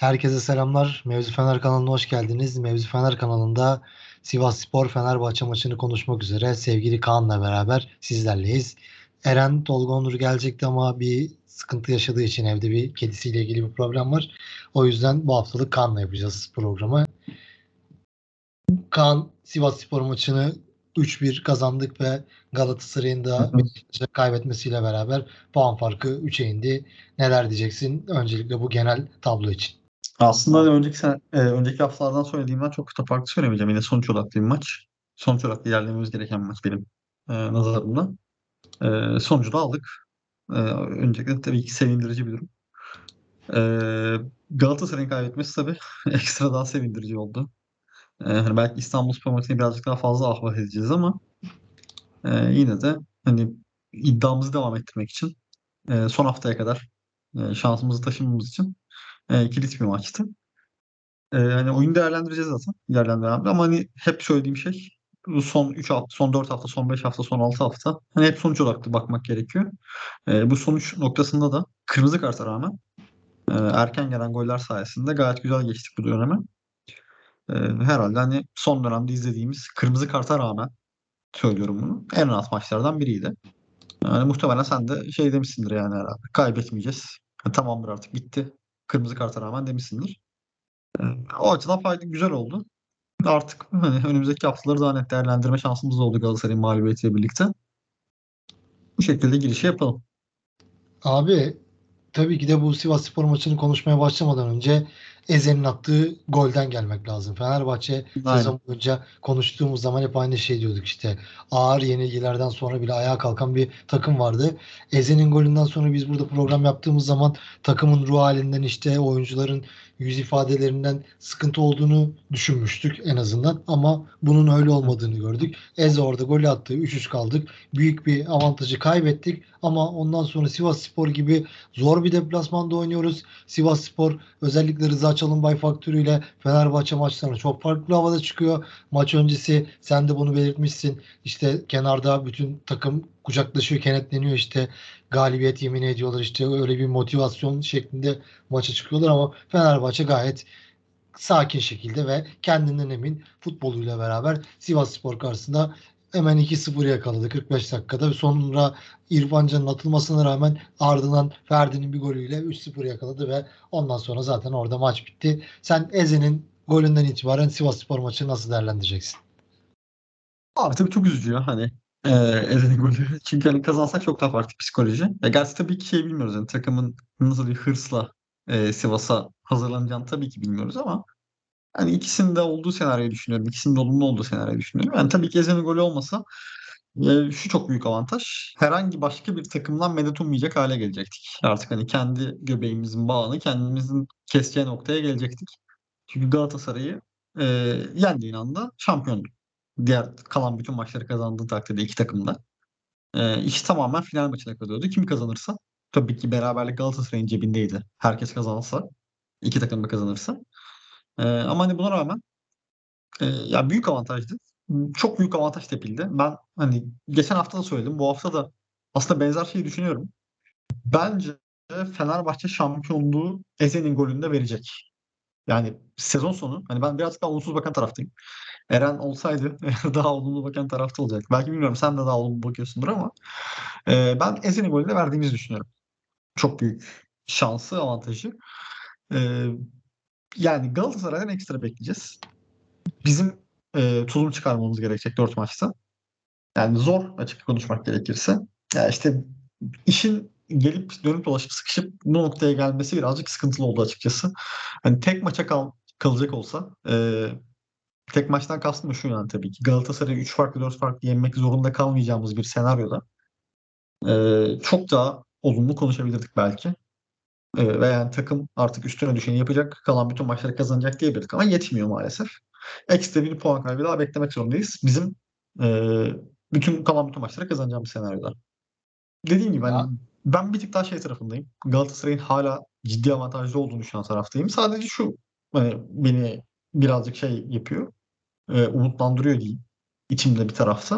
Herkese selamlar. Mevzu Fener kanalına hoş geldiniz. Mevzu Fener kanalında Sivasspor Fenerbahçe maçını konuşmak üzere sevgili Kaan'la beraber sizlerleyiz. Eren Tolga Onur gelecekti ama bir sıkıntı yaşadığı için evde bir kedisiyle ilgili bir problem var. O yüzden bu haftalık Kaan'la yapacağız programı. Kaan Sivasspor maçını 3-1 kazandık ve Galatasaray'ın Hı da hı. Beşiktaş'a kaybetmesiyle beraber puan farkı 3'e indi. Neler diyeceksin? Öncelikle bu genel tablo için. Aslında hani önceki haftalardan söylediğimden çok da farklı söylemeyeceğim. Yine sonuç odaklı bir maç. Sonuç odaklı ilerlememiz gereken bir maç benim nazarımda. Sonucu da aldık. Öncelikle tabii ki sevindirici bir durum. Galatasaray'ın kaybetmesi tabii ekstra daha sevindirici oldu. Hani belki İstanbulspor maçını birazcık daha fazla ahvat edeceğiz ama yine de hani iddiamızı devam ettirmek için son haftaya kadar şansımızı taşımamız için kilit bir maçtı. Hani oyunu değerlendireceğiz zaten. İlerleyen ama hani hep söylediğim şey bu son 3 hafta, son 4 hafta, son 5 hafta, son 6 hafta hani hep sonuç odaklı bakmak gerekiyor. Bu sonuç noktasında da kırmızı karta rağmen erken gelen goller sayesinde gayet güzel geçtik bu dönemi. Herhalde hani son dönemde izlediğimiz kırmızı karta rağmen söylüyorum bunu. En rahat maçlardan biriydi. Yani muhtemelen sen de şey demişsindir yani herhalde. Kaybetmeyeceğiz. Tamamdır artık bitti. Kırmızı karta rağmen demişsindir. E, O açıdan fayda güzel oldu. Artık hani önümüzdeki haftaları daha net değerlendirme şansımız oldu Galatasaray'ın mağlubiyetiyle birlikte. Bu şekilde girişi yapalım. Abi tabii ki de bu Sivasspor maçını konuşmaya başlamadan önce Eze'nin attığı golden gelmek lazım. Fenerbahçe Aynen. sezon boyunca konuştuğumuz zaman hep aynı şey diyorduk işte. Ağır yenilgilerden sonra bile ayağa kalkan bir takım vardı. Eze'nin golünden sonra biz burada program yaptığımız zaman takımın ruh halinden işte oyuncuların yüz ifadelerinden sıkıntı olduğunu düşünmüştük en azından. Ama bunun öyle olmadığını gördük. Eze orada golü attı. 3-3 kaldık. Büyük bir avantajı kaybettik. Ama ondan sonra Sivasspor gibi zor bir deplasmanda oynuyoruz. Sivasspor özellikle Rıza Çalınbay faktörüyle Fenerbahçe maçlarına çok farklı havada çıkıyor. Maç öncesi sen de bunu belirtmişsin. İşte kenarda bütün takım kucaklaşıyor, kenetleniyor işte galibiyet yemin ediyorlar işte öyle bir motivasyon şeklinde maça çıkıyorlar ama Fenerbahçe gayet sakin şekilde ve kendinden emin futboluyla beraber Sivasspor karşısında hemen 2-0 yakaladı 45 dakikada ve sonra İrfan Can'ın atılmasına rağmen ardından Ferdi'nin bir golüyle 3-0 yakaladı ve ondan sonra zaten orada maç bitti. Sen Eze'nin golünden itibaren Sivasspor maçını nasıl değerlendireceksin? Abi tabii çok üzücü ya hani Eren'in golü. Çünkü hani kazansak çok daha farklı psikoloji. Gerçi tabii ki şey bilmiyoruz yani takımın nasıl bir hırsla Sivas'a hazırlanacağını tabii ki bilmiyoruz ama hani ikisinin de olduğu senaryoyu düşünüyorum. İkisinin de olumlu olduğu senaryoyu düşünüyorum. Yani tabii ki Ezen'in golü olmasa şu çok büyük avantaj. Herhangi başka bir takımdan medet ummayacak hale gelecektik. Artık hani kendi göbeğimizin bağını kendimizin keseceği noktaya gelecektik. Çünkü Galatasaray'ı e, yendiğin anda şampiyondun. Diğer kalan bütün maçları kazandığı takdirde iki takım da. İş tamamen final maçına kalıyordu. Kim kazanırsa tabii ki beraberlik Galatasaray'ın cebindeydi. Herkes kazanırsa, iki takım da kazanırsa. Ama hani buna rağmen ya büyük avantajdı. Çok büyük avantaj tepildi. Ben hani geçen hafta da söyledim. Bu hafta da aslında benzer şeyi düşünüyorum. Bence Fenerbahçe şampiyonluğu Eze'nin golünde verecek. Yani sezon sonu hani ben birazcık daha olumsuz bakan taraftayım. Eren olsaydı daha olumlu bakan tarafta olacak. Belki bilmiyorum sen de daha olumlu bakıyorsundur ama ben Eze'nin golünde verdiğimizi düşünüyorum. Çok büyük şansı, avantajı. E, Yani Galatasaray'dan ekstra bekleyeceğiz. Bizim tulum çıkarmamız gerekecek 4 maçta. Yani zor açık konuşmak gerekirse. Ya işte işin gelip dönüp dolaşıp sıkışıp bu noktaya gelmesi birazcık sıkıntılı oldu açıkçası. Hani tek maça kalacak olsa tek maçtan kastım da şu yani tabii ki Galatasaray'ı 3 farklı 4 farklı yenmek zorunda kalmayacağımız bir senaryoda çok daha olumlu konuşabilirdik belki. Ve yani takım artık üstüne düşeni yapacak, kalan bütün maçları kazanacak diyebilirdik ama yetmiyor maalesef. Ekstra bir puan kaybı daha beklemek zorundayız. Bizim e, kalan bütün maçları kazanacağımız senaryoda. Dediğim gibi hani Ya, ben bir tık daha şey tarafındayım. Galatasaray'ın hala ciddi avantajlı olduğunu düşünen taraftayım. Sadece şu beni birazcık şey yapıyor. Umutlandırıyor diyeyim. İçimde bir tarafta.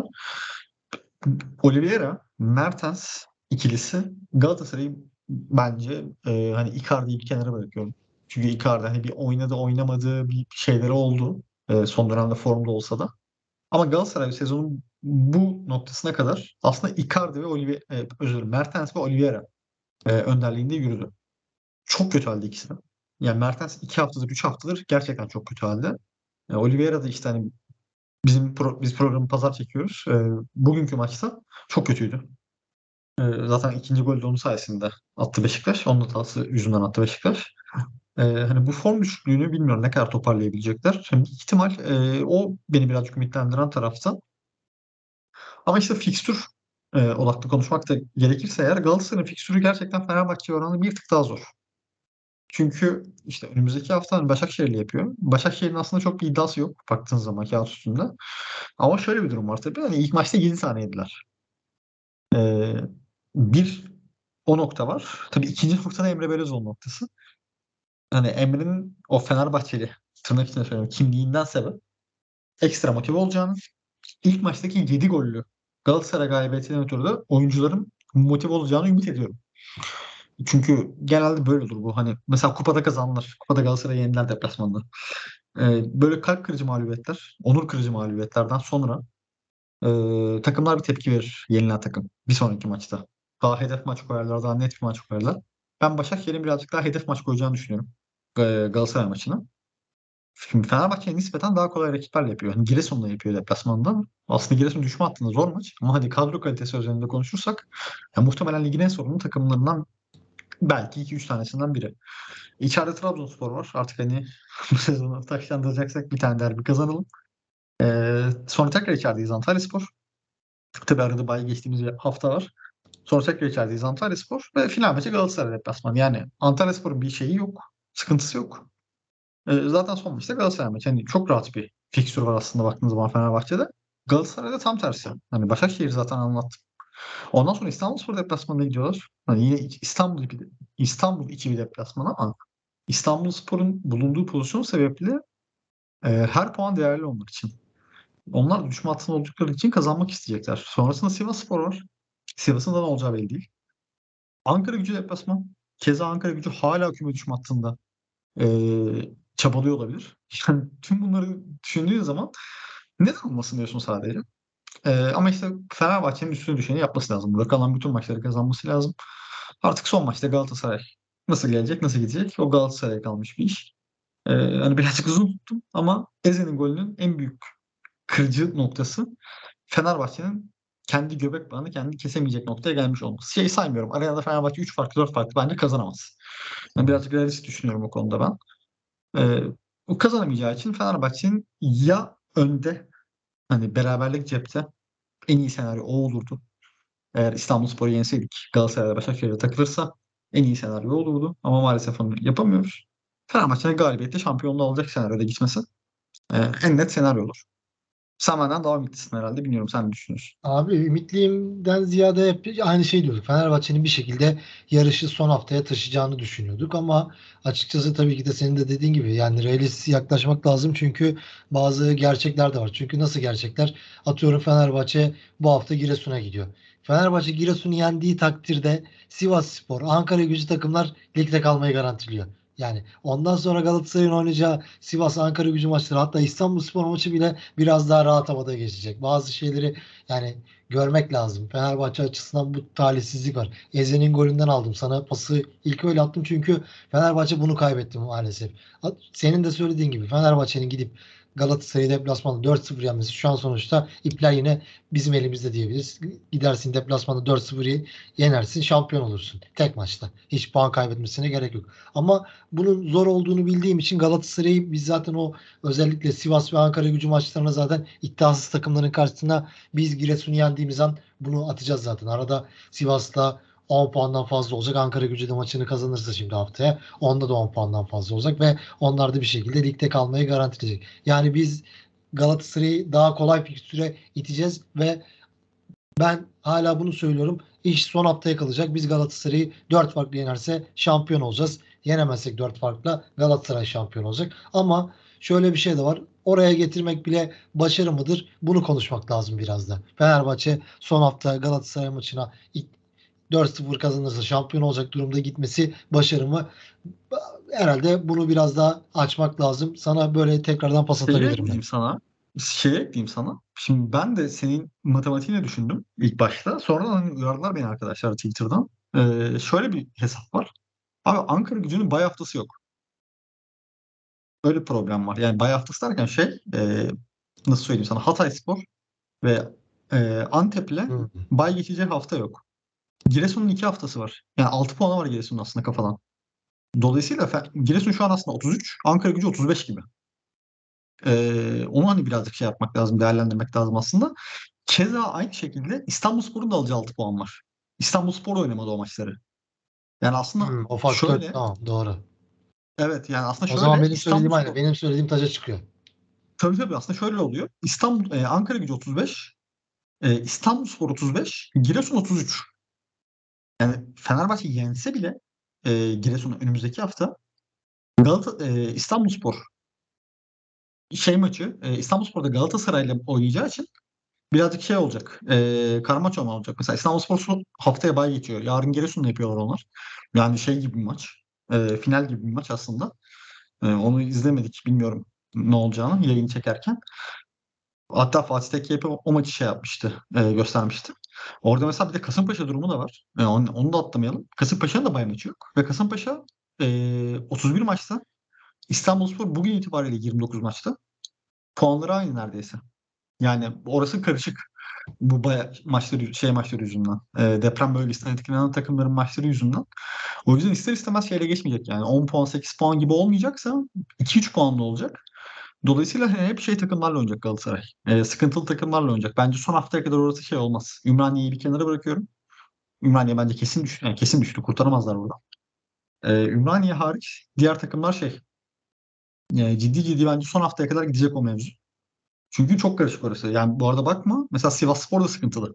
Oliveira, Mertens ikilisi Galatasaray'ı bence hani Icardi'yi bir kenara bırakıyorum. Çünkü Icardi hani bir oynadı oynamadığı bir şeyleri oldu. Son dönemde formda olsa da. Ama Galatasaray sezonun bu noktasına kadar aslında Icardi ve özür dilerim, Mertens ve Oliveira önderliğinde yürüdü. Çok kötü halde ikisi de. Yani Mertens 2 haftadır, 3 haftadır gerçekten çok kötü halde. Oliveira da işte hani biz programı pazar çekiyoruz. Bugünkü maçta çok kötüydü. Zaten ikinci golü de onun sayesinde attı Beşiktaş. Onun hatası yüzünden attı Beşiktaş. Hani bu form düşüklüğünü bilmiyorum ne kadar toparlayabilecekler. Şimdi ihtimal o beni birazcık ümitlendiren tarafta. Ama işte fikstür odaklı konuşmak da gerekirse eğer Galatasaray'ın fikstürü gerçekten Fenerbahçe oranı bir tık daha zor. Çünkü işte önümüzdeki hafta hani Başakşehir'le yapıyor. Başakşehir'in aslında çok bir iddiası yok baktığın zaman kağıt üstünde. Ama şöyle bir durum var tabii. Hani ilk maçta 7 tane yediler. Ee, bir o nokta var. Tabii ikinci noktada Emre Belözoğlu noktası. Hani Emre'nin o Fenerbahçeli tırnak içinde söylüyorum kimliğinden sebep ekstra motive olacağını, ilk maçtaki 7 gollü Galatasaray galibiyetinden ötürü de oyuncuların motive olacağını ümit ediyorum. Çünkü genelde böyle olur bu. Hani mesela kupada kazanırlar. Kupada Galatasaray'ı yeniler deplasmanda. Böyle kalp kırıcı mağlubiyetler, onur kırıcı mağlubiyetlerden sonra takımlar bir tepki verir. Yenilen takım. Bir sonraki maçta. Daha hedef maç koyarlar. Daha net bir maç koyarlar. Ben Başakşehir'in birazcık daha hedef maç koyacağını düşünüyorum. Galatasaray maçına. Şimdi Fenerbahçe'ye nispeten daha kolay rakiplerle yapıyor. Hani Giresun'la yapıyor deplasmanda. Aslında Giresun düşme hattında zor maç. Ama hadi kadro kalitesi üzerinde konuşursak ya muhtemelen ligin en sorunlu takımlarından belki 2-3 tanesinden biri. İçeride Trabzonspor var. Artık hani bu sezonu taşlandıracaksak bir tane derbi kazanalım. Sonra tekrar içerideyiz Antalyaspor. Tabii arada bay geçtiğimiz bir hafta var. Sonra tekrar içerideyiz Antalyaspor. Ve final maçı Galatasaray deplasmanı. Yani Antalyaspor'un bir şeyi yok. Sıkıntısı yok. Zaten son maçta Galatasaray maçı. Yani çok rahat bir fikstür var aslında baktığınız zaman Fenerbahçe'de. Galatasaray'da tam tersi. Hani Başakşehir zaten anlattım. Ondan sonra İstanbulspor deplasmanına gidiyorlar. Hani yine İstanbul içi bir deplasman ama İstanbulspor'un bulunduğu pozisyon sebeple her puan değerli onlar için. Onlar da düşme hattında oldukları için kazanmak isteyecekler. Sonrasında Sivasspor var. Sivas'ın da ne olacağı belli değil. Ankara Gücü deplasman. Keza Ankara Gücü hala küme düşme hattında çabalıyor olabilir. Yani tüm bunları düşündüğün zaman neden olmasın diyorsun sadece. Ama işte Fenerbahçe'nin üstüne düşeni yapması lazım. Burada kalan bütün maçları kazanması lazım. Artık son maçta Galatasaray nasıl gelecek, nasıl gidecek? O Galatasaray'a kalmış bir iş. Hani birazcık uzun tuttum ama Eze'nin golünün en büyük kırıcı noktası Fenerbahçe'nin kendi göbek bağını kendi kesemeyecek noktaya gelmiş olması. Şey saymıyorum. Arenada Fenerbahçe 3 farklı 4 farklı bence kazanamaz. Yani birazcık realist düşünüyorum o konuda ben. Ee, O kazanamayacağı için Fenerbahçe'nin ya önde hani beraberlik cepte en iyi senaryo o olurdu. Eğer İstanbulspor'u yenseydik Galatasaray'la Başakşehir'e takılırsa en iyi senaryo olurdu. Ama maalesef onu yapamıyoruz. Fenerbahçe'nin galibiyetle şampiyonluğu alacak senaryoda gitmesi en net senaryo olur. Sen benden daha ümitlisin herhalde. Bilmiyorum sen ne düşünüyorsun? Abi ümitliyimden ziyade hep aynı şey diyorduk. Fenerbahçe'nin bir şekilde yarışı son haftaya taşıyacağını düşünüyorduk ama açıkçası tabii ki de senin de dediğin gibi yani realist yaklaşmak lazım çünkü bazı gerçekler de var. Çünkü nasıl gerçekler? Atıyorum Fenerbahçe bu hafta Giresun'a gidiyor. Fenerbahçe Giresun'u yendiği takdirde Sivasspor, Ankaragücü takımlar ligde kalmayı garantiliyor. Yani ondan sonra Galatasaray'ın oynayacağı Sivas Ankaragücü maçları hatta İstanbulspor maçı bile biraz daha rahat havada geçecek. Bazı şeyleri yani görmek lazım. Fenerbahçe açısından bu talihsizlik var. Eze'nin golünden aldım. Sana pası ilk öyle attım çünkü Fenerbahçe bunu kaybetti maalesef. Senin de söylediğin gibi Fenerbahçe'nin gidip Galatasaray'ı deplasmanda 4-0 yenmesi şu an sonuçta ipler yine bizim elimizde diyebiliriz. Gidersin deplasmanda 4-0 yenersin şampiyon olursun. Tek maçta. Hiç puan kaybetmesine gerek yok. Ama bunun zor olduğunu bildiğim için Galatasaray'ı biz zaten o özellikle Sivas ve Ankaragücü maçlarına zaten iddiasız takımların karşısına biz Giresun'u yendiğimiz an bunu atacağız zaten. Arada Sivas'ta 10 puandan fazla olacak. Ankara Gücü de maçını kazanırsa şimdi haftaya onda da 10 puandan fazla olacak ve onlar da bir şekilde ligde kalmayı garantileyecek. Yani biz Galatasaray'ı daha kolay fikstüre iteceğiz ve ben hala bunu söylüyorum. İş son haftaya kalacak. Biz Galatasaray'ı 4 farklı yenerse şampiyon olacağız. Yenemezsek 4 farkla Galatasaray şampiyon olacak. Ama şöyle bir şey de var. Oraya getirmek bile başarı mıdır? Bunu konuşmak lazım biraz da. Fenerbahçe son hafta Galatasaray maçına 4-0 kazanırsa şampiyon olacak durumda gitmesi başarımı, herhalde bunu biraz daha açmak lazım. Sana böyle tekrardan pas Şeyi atabilirim ben. ekleyeyim sana. Şey ekleyeyim sana. Şimdi ben de senin matematiğini düşündüm ilk başta. Sonradan hani uyardılar beni arkadaşlar Twitter'dan. Şöyle bir hesap var. Abi Ankara-Gücü'nün bay haftası yok. Öyle bir problem var. Yani bay haftası derken nasıl söyleyeyim sana, Hatayspor ve Antep'le Hı. bay geçeceği hafta yok. Giresun'un 2 haftası var. Yani 6 puanı var Giresun'un aslında kafadan. Dolayısıyla Giresun şu an aslında 33, Ankara-Gücü 35 gibi. Onu hani birazcık şey yapmak lazım, değerlendirmek lazım aslında. Keza aynı şekilde İstanbulspor'un da alacağı 6 puan var. İstanbulspor oynamadı o maçları. Yani aslında O faktör, şöyle, tamam, doğru. evet yani aslında O zaman şöyle benim söylediğim aynı. İstanbulspor, Benim söylediğim taca çıkıyor. tabii aslında şöyle oluyor. Ankara Gücü 35, İstanbulspor 35, Giresun 33. Yani Fenerbahçe yense bile Giresun'u önümüzdeki hafta İstanbulspor İstanbulspor'da Galatasaray'la oynayacağı için birazcık şey olacak. Karmaç olacak. Mesela İstanbulspor haftaya bay geçiyor. Yarın Giresun'la yapıyorlar onlar. Yani şey gibi bir maç. Final gibi bir maç aslında. Onu izlemedik. Bilmiyorum ne olacağını yayın çekerken. Hatta Fatih Tekke hep o maçı şey yapmıştı. Göstermişti. Orada mesela bir de Kasımpaşa durumu da var. Onu da atlamayalım. Kasımpaşa'nın da bay maçı yok. Ve Kasımpaşa 31 maçta, İstanbulspor bugün itibariyle 29 maçta. Puanları aynı neredeyse. Yani orası karışık. Bu maçları yüzünden. Deprem bölgesinden etkilenen takımların maçları yüzünden. O yüzden ister istemez şeyle geçmeyecek yani. 10 puan 8 puan gibi olmayacaksa 2-3 puanlı olacak. Dolayısıyla hani hep şey takımlarla oynayacak Galatasaray. Sıkıntılı takımlarla oynayacak. Bence son haftaya kadar orası şey olmaz. Ümraniye'yi bir kenara bırakıyorum. Ümraniye bence kesin düştü. Yani kesin düştü. Kurtaramazlar burada. Ümraniye hariç diğer takımlar ciddi ciddi bence son haftaya kadar gidecek o mevzu. Çünkü çok karışık orası. Yani bu arada bakma. Mesela Sivasspor da sıkıntılı.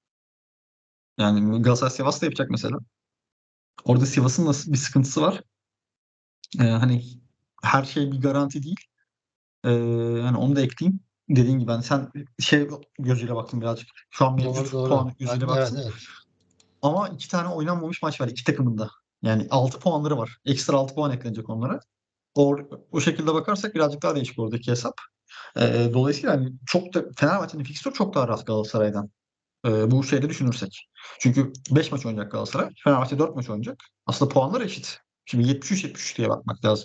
Yani Galatasaray Sivas da yapacak mesela. Orada Sivas'ın nasıl bir sıkıntısı var? Hani her şey bir garanti değil. Ee, Hani onu da ekleyeyim. Dediğin gibi hani sen şey gözüyle baktın birazcık. Şu an Doğru, mevcut doğru. puan gözüyle Evet, baktın. evet. Ama 2 tane oynanmamış maç var iki takımın da. Yani 6 puanları var. Ekstra 6 puan eklenecek onlara. O şekilde bakarsak birazcık daha değişik oradaki hesap. Dolayısıyla hani çok da Fenerbahçe'nin fikstürü çok daha rahat Galatasaray'dan. Bu şeyde düşünürsek. Çünkü 5 maç oynayacak Galatasaray. Fenerbahçe 4 maç oynayacak. Aslında puanlar eşit. Şimdi 73-73 diye bakmak lazım.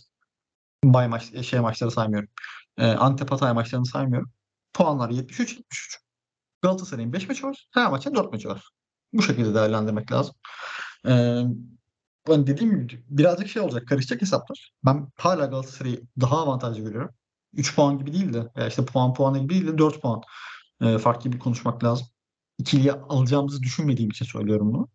Maçları saymıyorum. Antep Hatay maçlarını saymıyorum. Puanlar 73-73. Galatasaray'ın 5 maçı var. Fenerbahçe'nin 4 maçı var. Bu şekilde değerlendirmek lazım. Ee, Ben dediğim gibi birazcık şey olacak. Karışacak hesaplar. Ben hala Galatasaray'ı daha avantajlı görüyorum. 3 puan gibi değil de işte puan gibi değil de 4 puan fark gibi konuşmak lazım. İkiliyi alacağımızı düşünmediğim için söylüyorum bunu.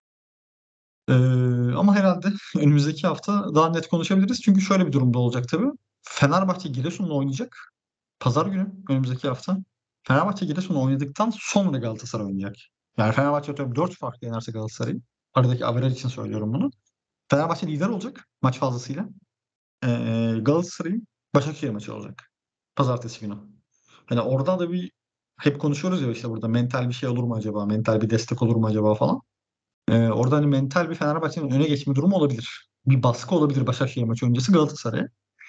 Ee, Ama herhalde önümüzdeki hafta daha net konuşabiliriz. Çünkü şöyle bir durumda olacak tabii. Fenerbahçe Giresun'la oynayacak. Pazar günü önümüzdeki hafta. Fenerbahçe Giresun'la oynadıktan sonra Galatasaray oynayacak. Yani Fenerbahçe atıyorum 4 farklı yenerse Galatasaray'ı. Aradaki averaj için söylüyorum bunu. Fenerbahçe lider olacak maç fazlasıyla. Galatasaray'ın Başakşehir maçı olacak. Pazartesi günü. Hani orada da hep konuşuyoruz ya işte burada mental bir şey olur mu acaba? Mental bir destek olur mu acaba falan. Orada hani mental bir Fenerbahçe'nin öne geçme durumu olabilir. Bir baskı olabilir Başakşehir maçı öncesi Galatasaray'a.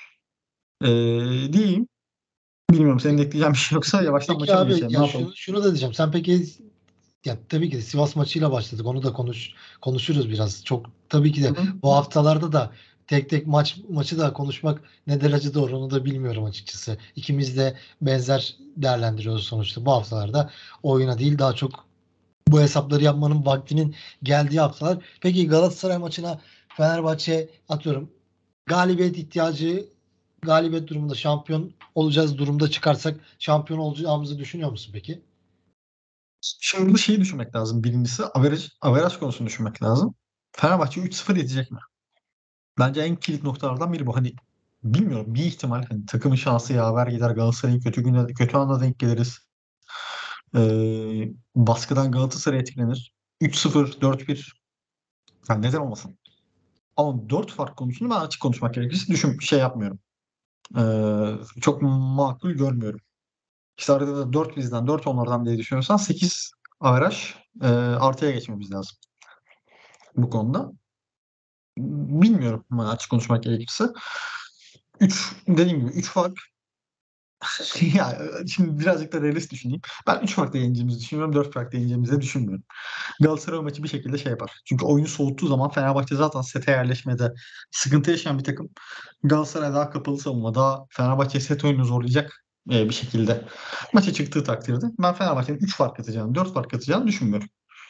Diyeyim. Bilmiyorum senin de Peki, ekleyeceğin bir şey yoksa yavaştan peki maça mı abi, geçelim? Ne ya yapalım? şunu da diyeceğim. Sen peki, ya tabii ki de Sivas maçıyla başladık. Onu da konuşuruz biraz. Çok tabii ki Hı de hı. bu haftalarda da tek tek maçı da konuşmak ne derece doğru onu da bilmiyorum açıkçası. İkimiz de benzer değerlendiriyoruz sonuçta. Bu haftalarda oyuna değil, daha çok bu hesapları yapmanın vaktinin geldiği haftalar. Peki Galatasaray maçına Fenerbahçe, atıyorum, galibiyet durumunda şampiyon olacağız durumda çıkarsak şampiyon olacağımızı düşünüyor musun peki? Şimdi burada şeyi düşünmek lazım. Birincisi averaj konusunu düşünmek lazım. Fenerbahçe 3-0 yetecek mi? Bence en kilit noktalardan biri bu. Hani bilmiyorum bir ihtimal hani takımın şansı yaver gider Galatasaray'ın kötü günde kötü anda denk geliriz. Baskıdan Galatasaray etkilenir. 3-0, 4-1 yani neden olmasın? Ama 4 fark konusunu ben açık konuşmak gerekirse şey yapmıyorum. Çok makul görmüyorum. İşte arada da 4 bizden 4 onlardan diye düşünüyorsan 8 averaj artıya geçmemiz lazım. bu konuda. Bilmiyorum açık konuşmak gerekirse. Dediğim gibi 3 fark. Ya, şimdi birazcık da realist düşüneyim. Ben 3 farkla yeneceğimizi düşünüyorum. 4 farkla yeneceğimizi de düşünmüyorum. Galatasaray o maçı bir şekilde şey yapar. Çünkü oyunu soğuttuğu zaman Fenerbahçe zaten sete yerleşmede sıkıntı yaşayan bir takım. Galatasaray daha kapalı savunma, daha Fenerbahçe set oyunu zorlayacak bir şekilde maça çıktığı takdirde ben Fenerbahçe'nin 3 fark atacağını, 4 fark atacağını düşünmüyorum.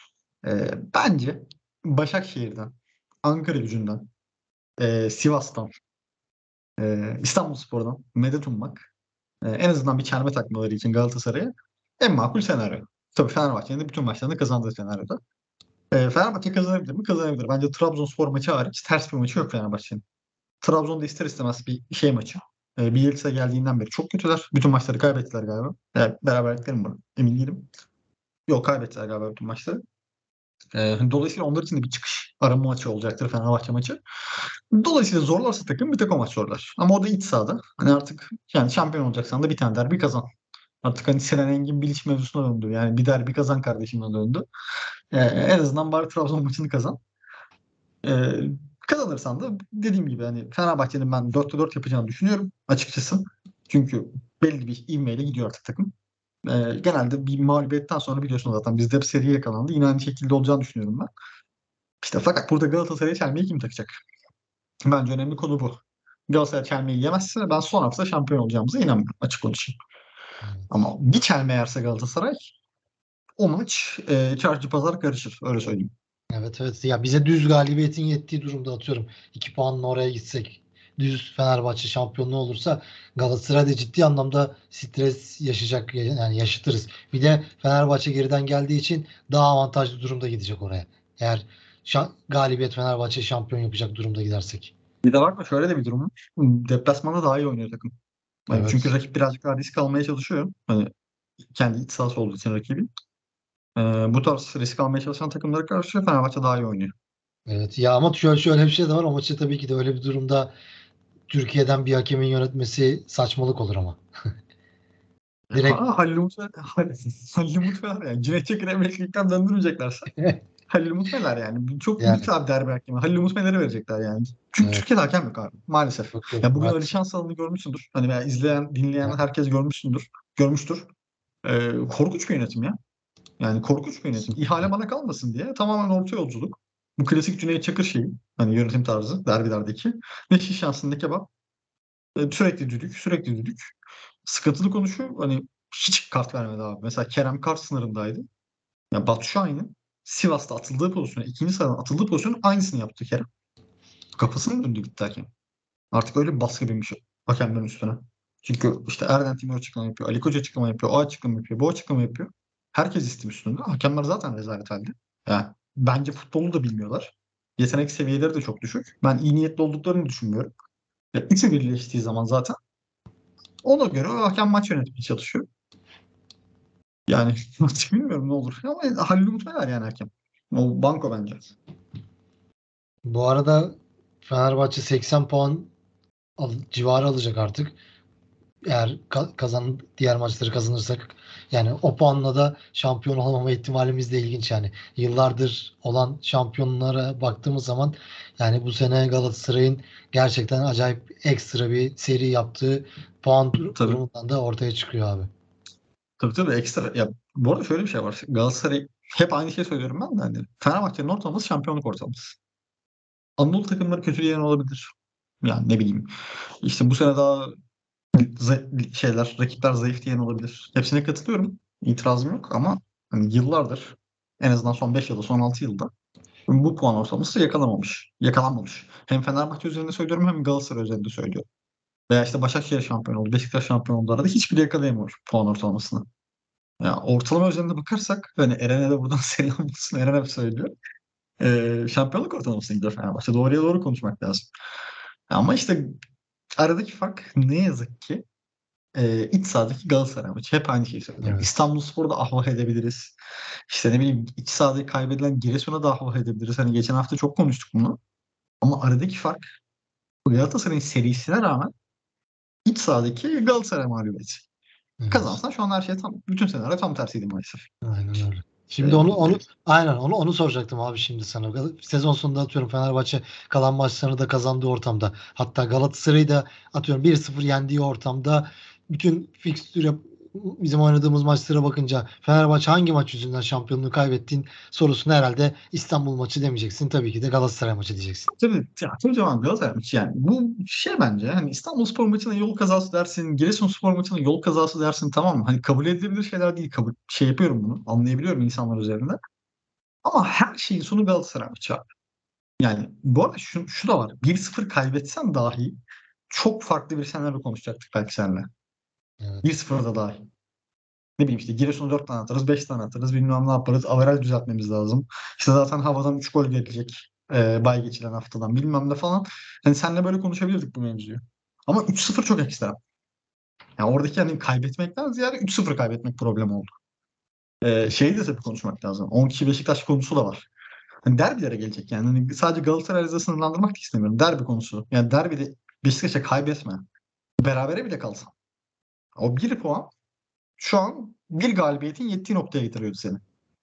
Bence Başakşehir'den, Ankaragücü'nden, Sivas'tan, İstanbulspor'dan medet ummak, en azından bir çelme takmaları için Galatasaray'a en makul senaryo. Tabii Fenerbahçe'nin de bütün maçlarını kazandığı senaryoda. Fenerbahçe kazanabilir mi? Kazanabilir. Bence Trabzonspor maçı hariç ters bir maçı yok Fenerbahçe'nin. Trabzon'da ister istemez bir şey maçı. Bielsa geldiğinden beri çok kötüler. Bütün maçları kaybettiler galiba. Beraberlikleri mi var? Emin değilim. Yok, kaybettiler galiba bütün maçları. Dolayısıyla onlar için de bir çıkış arama maçı olacaktır Fenerbahçe maçı. Dolayısıyla zorlarsa takım bir tek o maç zorlar. Ama o da iç sahada. Hani artık yani şampiyon olacaksan da bir tane derbi kazan. Artık hani Sinan Engin Bilic mevzusuna döndü. Yani bir derbi kazan kardeşimden döndü. En azından bari Trabzon maçını kazan. Ee, Kazanırsan da dediğim gibi hani Fenerbahçe'nin ben 4'te 4 yapacağını düşünüyorum açıkçası. Çünkü belli bir ivmeyle gidiyor artık takım. Genelde bir mağlubiyetten sonra biliyorsun zaten bizde hep seri yakalandı. Yine aynı şekilde olacağını düşünüyorum ben. İşte fakat burada Galatasaray'a çelmeyi kim takacak? Bence önemli konu bu. Galatasaray çelmeyi yemezse ben son hafta şampiyon olacağımıza inanmıyorum açık konuşayım. Evet. Ama bir çelme yerse Galatasaray o maç çarşı pazar karışır. Öyle söyleyeyim. Evet, evet. Ya bize düz galibiyetin yettiği durumda atıyorum. 2 puanla oraya gitsek, düz Fenerbahçe şampiyonluğu olursa Galatasaray'da ciddi anlamda stres yaşayacak, yani yaşatırız. Bir de Fenerbahçe geriden geldiği için daha avantajlı durumda gidecek oraya. Eğer galibiyet Fenerbahçe şampiyon yapacak durumda gidersek. Bir de var mı? Şöyle de bir durum var. Deplasmanda daha iyi oynuyor takım. Hani çünkü Evet. rakip birazcık daha risk almaya çalışıyor. Hani kendi iç sahası olduğu için rakibin. Bu tarz risk almaya çalışan takımlara karşı Fenerbahçe daha iyi oynuyor. Evet. Ya ama şöyle bir şey de var. O maçı tabii ki de öyle bir durumda Türkiye'den bir hakemin yönetmesi saçmalık olur ama. Direkt Halil Umut Halil Umut Fener yani. Cüneyt Çakır'ı emeklilikten döndürmeyeceklerse Halil Umut Fener yani. Çok yani net abi derbi hakemi. Halil Umut Fener'e verecekler yani. Çünkü evet. Türkiye'de hakem yok abi. Maalesef. Yok, yok, Ya bugün Ali maalesef. Şansalan'ı görmüşsündür. Hani veya izleyen, dinleyen Yani, herkes görmüştür. Korkunç bir yönetim ya. Yani korkunç bir yönetim. İhale bana kalmasın diye tamamen orta yolculuk. Bu klasik Cüneyt Çakır şeyi. Hani yönetim tarzı derbilerdeki. Ne şiş şansın ne kebap. Sürekli düdük, sürekli düdük. Sıkıntılı konu şu, hani hiç kart vermedi abi. Mesela Kerem kart sınırındaydı. Ya Batu Şahin'in Sivas'ta atıldığı pozisyonu, ikinci sıradan atıldığı pozisyonun aynısını yaptı Kerem. Kafasını döndü gitti hakem. Artık öyle bir baskı binmiş hakemlerin üstüne. Çünkü işte Erden Timur açıklama yapıyor, Ali Koç açıklama yapıyor, o açıklama yapıyor, bu açıklama yapıyor. Herkes istim üstünde. Hakemler zaten rezalet halde. Yani bence futbolu da bilmiyorlar. Yetenek seviyeleri de çok düşük. Ben iyi niyetli olduklarını düşünmüyorum. Üçü birleştiği zaman zaten ona göre o hakem maç yönetmeye çalışıyor. Yani maç bilmiyorum ne olur. Ama Halil Umut Meler yani hakem. O banko bence. bu arada Fenerbahçe 80 puan civarı alacak artık. Eğer diğer maçları kazanırsak, yani o puanla da şampiyon olmama ihtimalimiz de ilginç yani. Yıllardır olan şampiyonlara baktığımız zaman yani bu sene Galatasaray'ın gerçekten acayip ekstra bir seri yaptığı puan Tabii. durumundan da ortaya çıkıyor abi. Tabii ekstra. Ya bu arada şöyle bir şey var. Galatasaray hep aynı şeyi söylüyorum ben de. Hani Fenerbahçe'nin ortalaması şampiyonluk ortalaması. Anadolu takımları kötüleyen olabilir. Yani ne bileyim. İşte bu sene daha rakipler zayıf diyen olabilir. Hepsine katılıyorum. İtirazım yok ama hani yıllardır en azından son 5 yılda, son 6 yılda bu puan ortalaması yakalanmamış. Hem Fenerbahçe üzerinde söylüyorum hem Galatasaray üzerinde söylüyorum. Veya işte Başakşehir şampiyon oldu, Beşiktaş şampiyon oldu. Arada hiçbiri yakalayamıyor puan ortalamasını. Ya ortalama üzerinde bakarsak hani Eren'e de buradan selam olsun. Eren hep söylüyor. Şampiyonluk ortalamasına gidiyor Fenerbahçe. Doğruya doğru konuşmak lazım. Ama işte aradaki fark ne yazık ki iç sahadaki Galatasaray maçı. Hep aynı şeyi söylüyorum. Evet. İstanbulspor'da ahvah edebiliriz. İşte ne bileyim iç sahada kaybedilen Giresun'a da ahvah edebiliriz. Hani geçen hafta çok konuştuk bunu. Ama aradaki fark Galatasaray'ın serisine rağmen iç sahadaki Galatasaray mağlubiyeti. Evet. Kazansan şu an her şey tam, bütün senaryo tam tersiydi maalesef. Aynen öyle. Şimdi onu aynen onu soracaktım abi şimdi sana. Sezon sonunda atıyorum Fenerbahçe kalan maçlarını da kazandığı ortamda. Hatta Galatasaray'ı da atıyorum 1-0 yendiği ortamda bütün bizim oynadığımız maçlara bakınca Fenerbahçe hangi maç yüzünden şampiyonluğu kaybettiğin sorusuna herhalde İstanbul maçı demeyeceksin. Tabii ki de Galatasaray maçı diyeceksin. Tabii tiyatro zaman Galatasaray maçı yani. Bu şey bence hani İstanbulspor maçına yol kazası dersin, Giresunspor maçına yol kazası dersin, tamam mı? Hani kabul edilebilir şeyler değil. Şey yapıyorum bunu. Anlayabiliyorum insanlar üzerinde. Ama her şeyin sonu Galatasaray maçı abi. Yani bu arada şu da var. 1-0 kaybetsen dahi çok farklı bir senaryo konuşacaktık belki seninle. Evet. 1-0'da dahi. Ne bileyim işte Giresun'a 4 tane atarız, 5 tane atarız, bilmem ne yaparız. Averaj düzeltmemiz lazım. İşte zaten havadan 3 gol gelecek. Bay geçilen haftadan bilmem ne falan. Hani seninle böyle konuşabilirdik bu mevzuyu. Ama 3-0 çok ekstra. Yani oradaki hani kaybetmekten ziyade 3-0 kaybetmek problem oldu. Şeyi de tabii konuşmak lazım. 10 kişi Beşiktaş konusu da var. Hani derbilere gelecek yani. Hani sadece Galatasaray'la sınırlandırmak da istemiyorum. Derbi konusu. Yani derbide Beşiktaş'a kaybetme. Berabere bile kalsan. O bir puan şu an bir galibiyetin yettiği noktaya getiriyordu seni.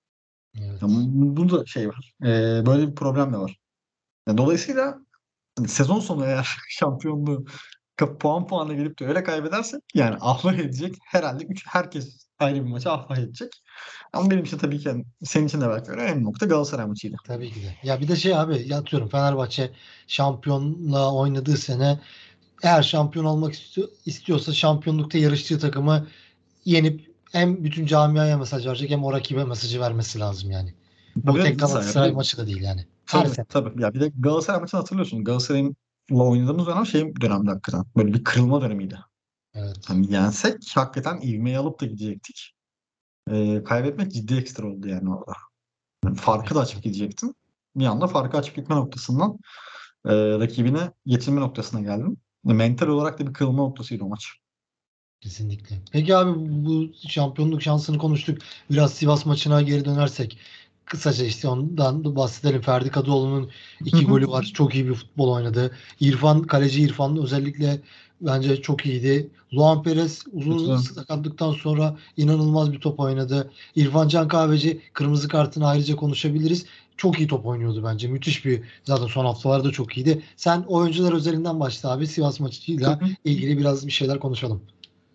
Yani Evet. bunda şey var. Böyle bir problem de var. Yani dolayısıyla hani sezon sonu eğer şampiyonluğu puan puanla gelip de öyle kaybedersek yani ahvah edecek. Herhalde herkes ayrı bir maçı ahvah edecek. Ama benim için tabii ki yani senin için de belki öyle önemli nokta Galatasaray maçıydı. Tabii ki de. Ya bir de şey abi ya atıyorum Fenerbahçe şampiyonla oynadığı sene eğer şampiyon olmak istiyorsa şampiyonlukta yarıştığı takımı yenip hem bütün camiaya mesaj verecek hem o rakibe mesajı vermesi lazım yani. Bu Tabii tek mesela bir Galatasaray de maçı da değil yani. Her tabii sene. tabii. Ya bir de Galatasaray maçını hatırlıyorsun. Galatasaray'la oynadığımız dönem şey dönemde hakikaten. Böyle bir kırılma dönemiydi. Evet. Hani yensek hakikaten ivmeyi alıp da gidecektik. Kaybetmek ciddi ekstra oldu yani orada. Yani Tabii farkı da ki açıp de. gidecektin. Bir anda farkı açıp gitme noktasından rakibine getirme noktasına geldin. Mental olarak da bir kırılma noktasıydı o maç. Kesinlikle. Peki abi bu şampiyonluk şansını konuştuk. Biraz Sivas maçına geri dönersek kısaca işte ondan da bahsedelim. Ferdi Kadıoğlu'nun Hı iki hı. golü var. Çok iyi bir futbol oynadı. Kaleci İrfan özellikle bence çok iyiydi. Luan Perez uzun Katılıyorum. sakatlıktan sonra inanılmaz bir top oynadı. İrfan Can Kahveci kırmızı kartını ayrıca konuşabiliriz. Çok iyi top oynuyordu bence. Müthiş bir zaten son haftalarda çok iyiydi. Sen oyuncular özelinden başla abi. Sivas Hı maçıyla hı. ilgili biraz bir şeyler konuşalım.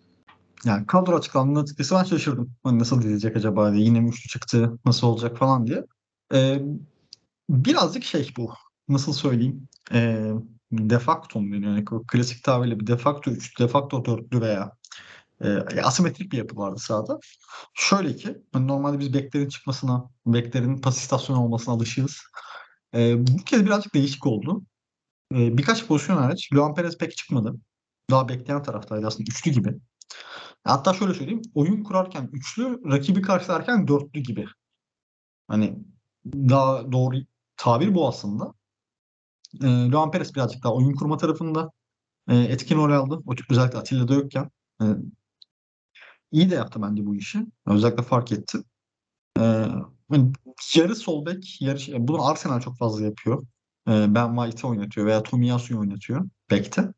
Yani kadro açıklandığında açıkçası ben şaşırdım. Hani nasıl diyecek acaba diye. Yine mi üçlü çıktı? Nasıl olacak falan diye. Ee, Birazcık şey bu. Nasıl söyleyeyim? Defakto mu deniyor? Yani o klasik tabirle bir defakto üçlü, defakto dörtlü veya asimetrik bir yapı vardı sahada. Şöyle ki hani normalde biz beklerin çıkmasına, beklerin pas istasyonu olmasına alışığız. Bu kez birazcık değişik oldu. Birkaç pozisyon hariç Luan Perez pek çıkmadı. Daha bekleyen taraftaydı aslında üçlü gibi. Hatta şöyle söyleyeyim. Oyun kurarken üçlü, rakibi karşılarken dörtlü gibi. Hani daha doğru tabir bu aslında. Luan Perez birazcık daha oyun kurma tarafında etkin rol aldı. Özellikle Atilla'da yokken. E, iyi de yaptı bence bu işi. Özellikle fark etti. E, hani yarı sol bek, bunu Arsenal çok fazla yapıyor. Ben White'ı oynatıyor veya Tomiyasu'yu oynatıyor bekte.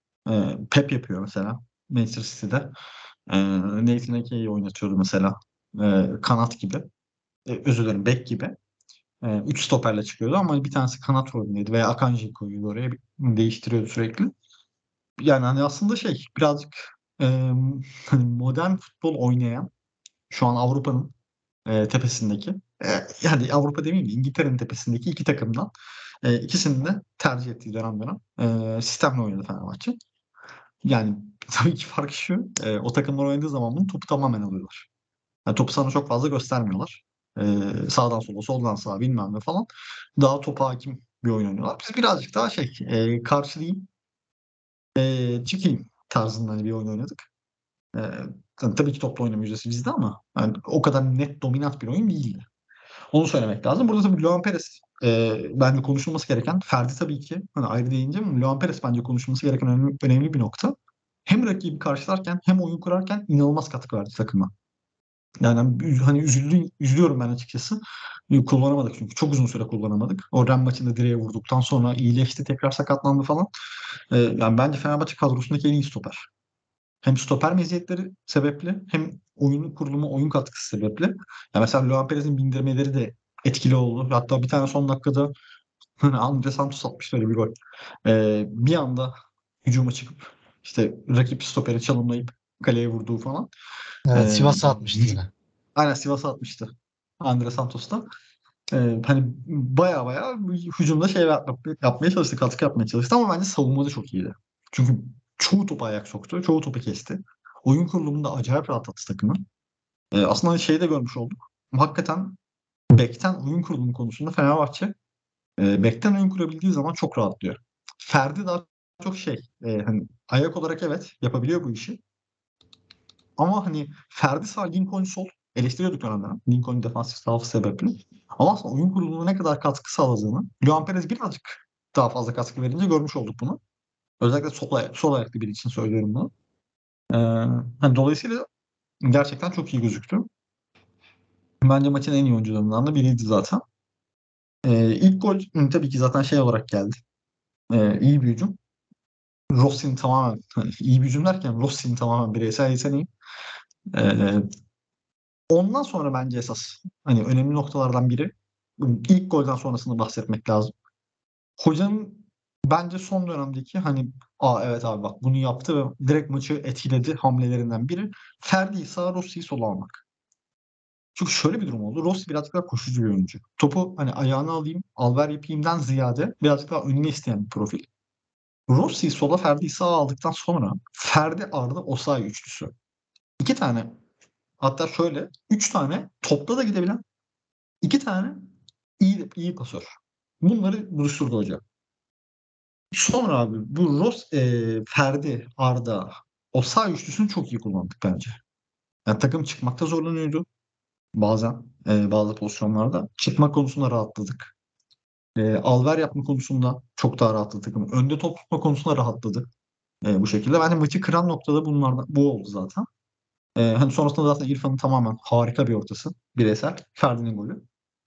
Pep yapıyor mesela Manchester City'de. Nathan Ake'yi oynatıyordu mesela. Kanat gibi. Özür dilerim bek gibi. Üç stoperle çıkıyordu ama bir tanesi kanat rolündeydi veya Akanji'yi koyuyordu oraya değiştiriyordu sürekli. Yani hani aslında şey birazcık e, hani modern futbol oynayan şu an Avrupa'nın tepesindeki yani Avrupa demeyeyim de İngiltere'nin tepesindeki iki takımdan ikisinin de tercih ettiği dönem sistemle oynadı Fenerbahçe. Yani tabii ki farkı şu o takımlar oynadığı zaman bunu topu tamamen alıyorlar. Yani topu sana çok fazla göstermiyorlar. Sağdan sola, soldan sağa bilmem ne falan. Daha topa hakim bir oyun oynuyorlar. Biz birazcık daha şey karşılayayım, çıkayım tarzında hani bir oyun oynadık. Ee, tabii ki toplu oynama yüzdesi bizde ama yani o kadar net dominant bir oyun değildi. Onu söylemek lazım. Burada tabii Luan Perez bence konuşulması gereken, Ferdi tabii ki hani ayrı deyince ama Luan Perez bence konuşulması gereken önemli bir nokta. Hem rakibi karşılarken hem oyun kurarken inanılmaz katkı verdi takıma. Yani hani üzülüyorum ben açıkçası. Kullanamadık çünkü çok uzun süre kullanamadık. O Ren maçında direğe vurduktan sonra iyileşti, tekrar sakatlandı falan. Yani bence Fenerbahçe kadrosundaki en iyi stoper. Hem stoper meziyetleri sebeple hem oyun kurulumu, oyun katkısı sebeple. Ya mesela Luan Perez'in bindirmeleri de etkili oldu. Hatta bir tane son dakikada hani Andre Santos atmış öyle bir gol. Bir anda hücuma çıkıp işte rakip stoperi çalımlayıp kaleye vurduğu falan. Evet, Ee, Sivas'a atmıştı yine. aynen Sivas'a atmıştı. Andre Santos'ta. Hani baya baya hücumda yapmaya çalıştı, katkı yapmaya çalıştı ama bence savunmada çok iyiydi. Çünkü çoğu topu ayak soktu, çoğu topu kesti. Oyun kurulumunda acayip rahatlattı takımı. Aslında hani şeyi de görmüş olduk. Hakikaten bekten oyun kurulumu konusunda Fenerbahçe bekten oyun kurabildiği zaman çok rahatlıyor. Ferdi daha çok hani ayak olarak evet yapabiliyor bu işi. Ama hani Ferdi sağ, Lincoln sol eleştiriyorduk dönemden. Lincoln defansif zaafı sebeple. Ama aslında oyun kurulumuna ne kadar katkı sağladığını, Luan Perez birazcık daha fazla katkı verince görmüş olduk bunu. Özellikle sol ayaklı biri için söylüyorum bunu. Ee, hani dolayısıyla gerçekten çok iyi gözüktü. Bence maçın en iyi oyuncularından da biriydi zaten. İlk gol tabii ki zaten şey olarak geldi. İyi bir hücum. Rossi'nin tamamen iyi bir hücum derken Rossi'nin tamamen bireysel yeteneği. Ee, ondan sonra bence esas hani önemli noktalardan biri ilk golden sonrasını bahsetmek lazım. Hocanın bence son dönemdeki hani evet abi bak bunu yaptı ve direkt maçı etkiledi hamlelerinden biri Ferdi'yi sağa Rossi'yi sola almak. Çünkü şöyle bir durum oldu. Rossi birazcık daha koşucu bir oyuncu. Topu hani ayağına alayım, alver yapayımdan ziyade birazcık daha önüne isteyen bir profil. Rossi'yi sola Ferdi'yi sağa aldıktan sonra Ferdi Arda Osayi üçlüsü. İki tane hatta şöyle üç tane topla da gidebilen iki tane iyi pasör. Bunları buluşturdu hoca. Sonra abi bu Ferdi, Arda, Osayi üçlüsünü çok iyi kullandık bence. Yani takım çıkmakta zorlanıyordu bazen bazı pozisyonlarda. Çıkmak konusunda rahatladık. Alver yapma konusunda çok daha rahatladı takım. Önde top tutma konusunda rahatladı. Bu şekilde. Bence maçı kıran noktada bu oldu zaten. Hani sonrasında zaten İrfan'ın tamamen harika bir ortası. Bireysel. Ferdi'nin golü.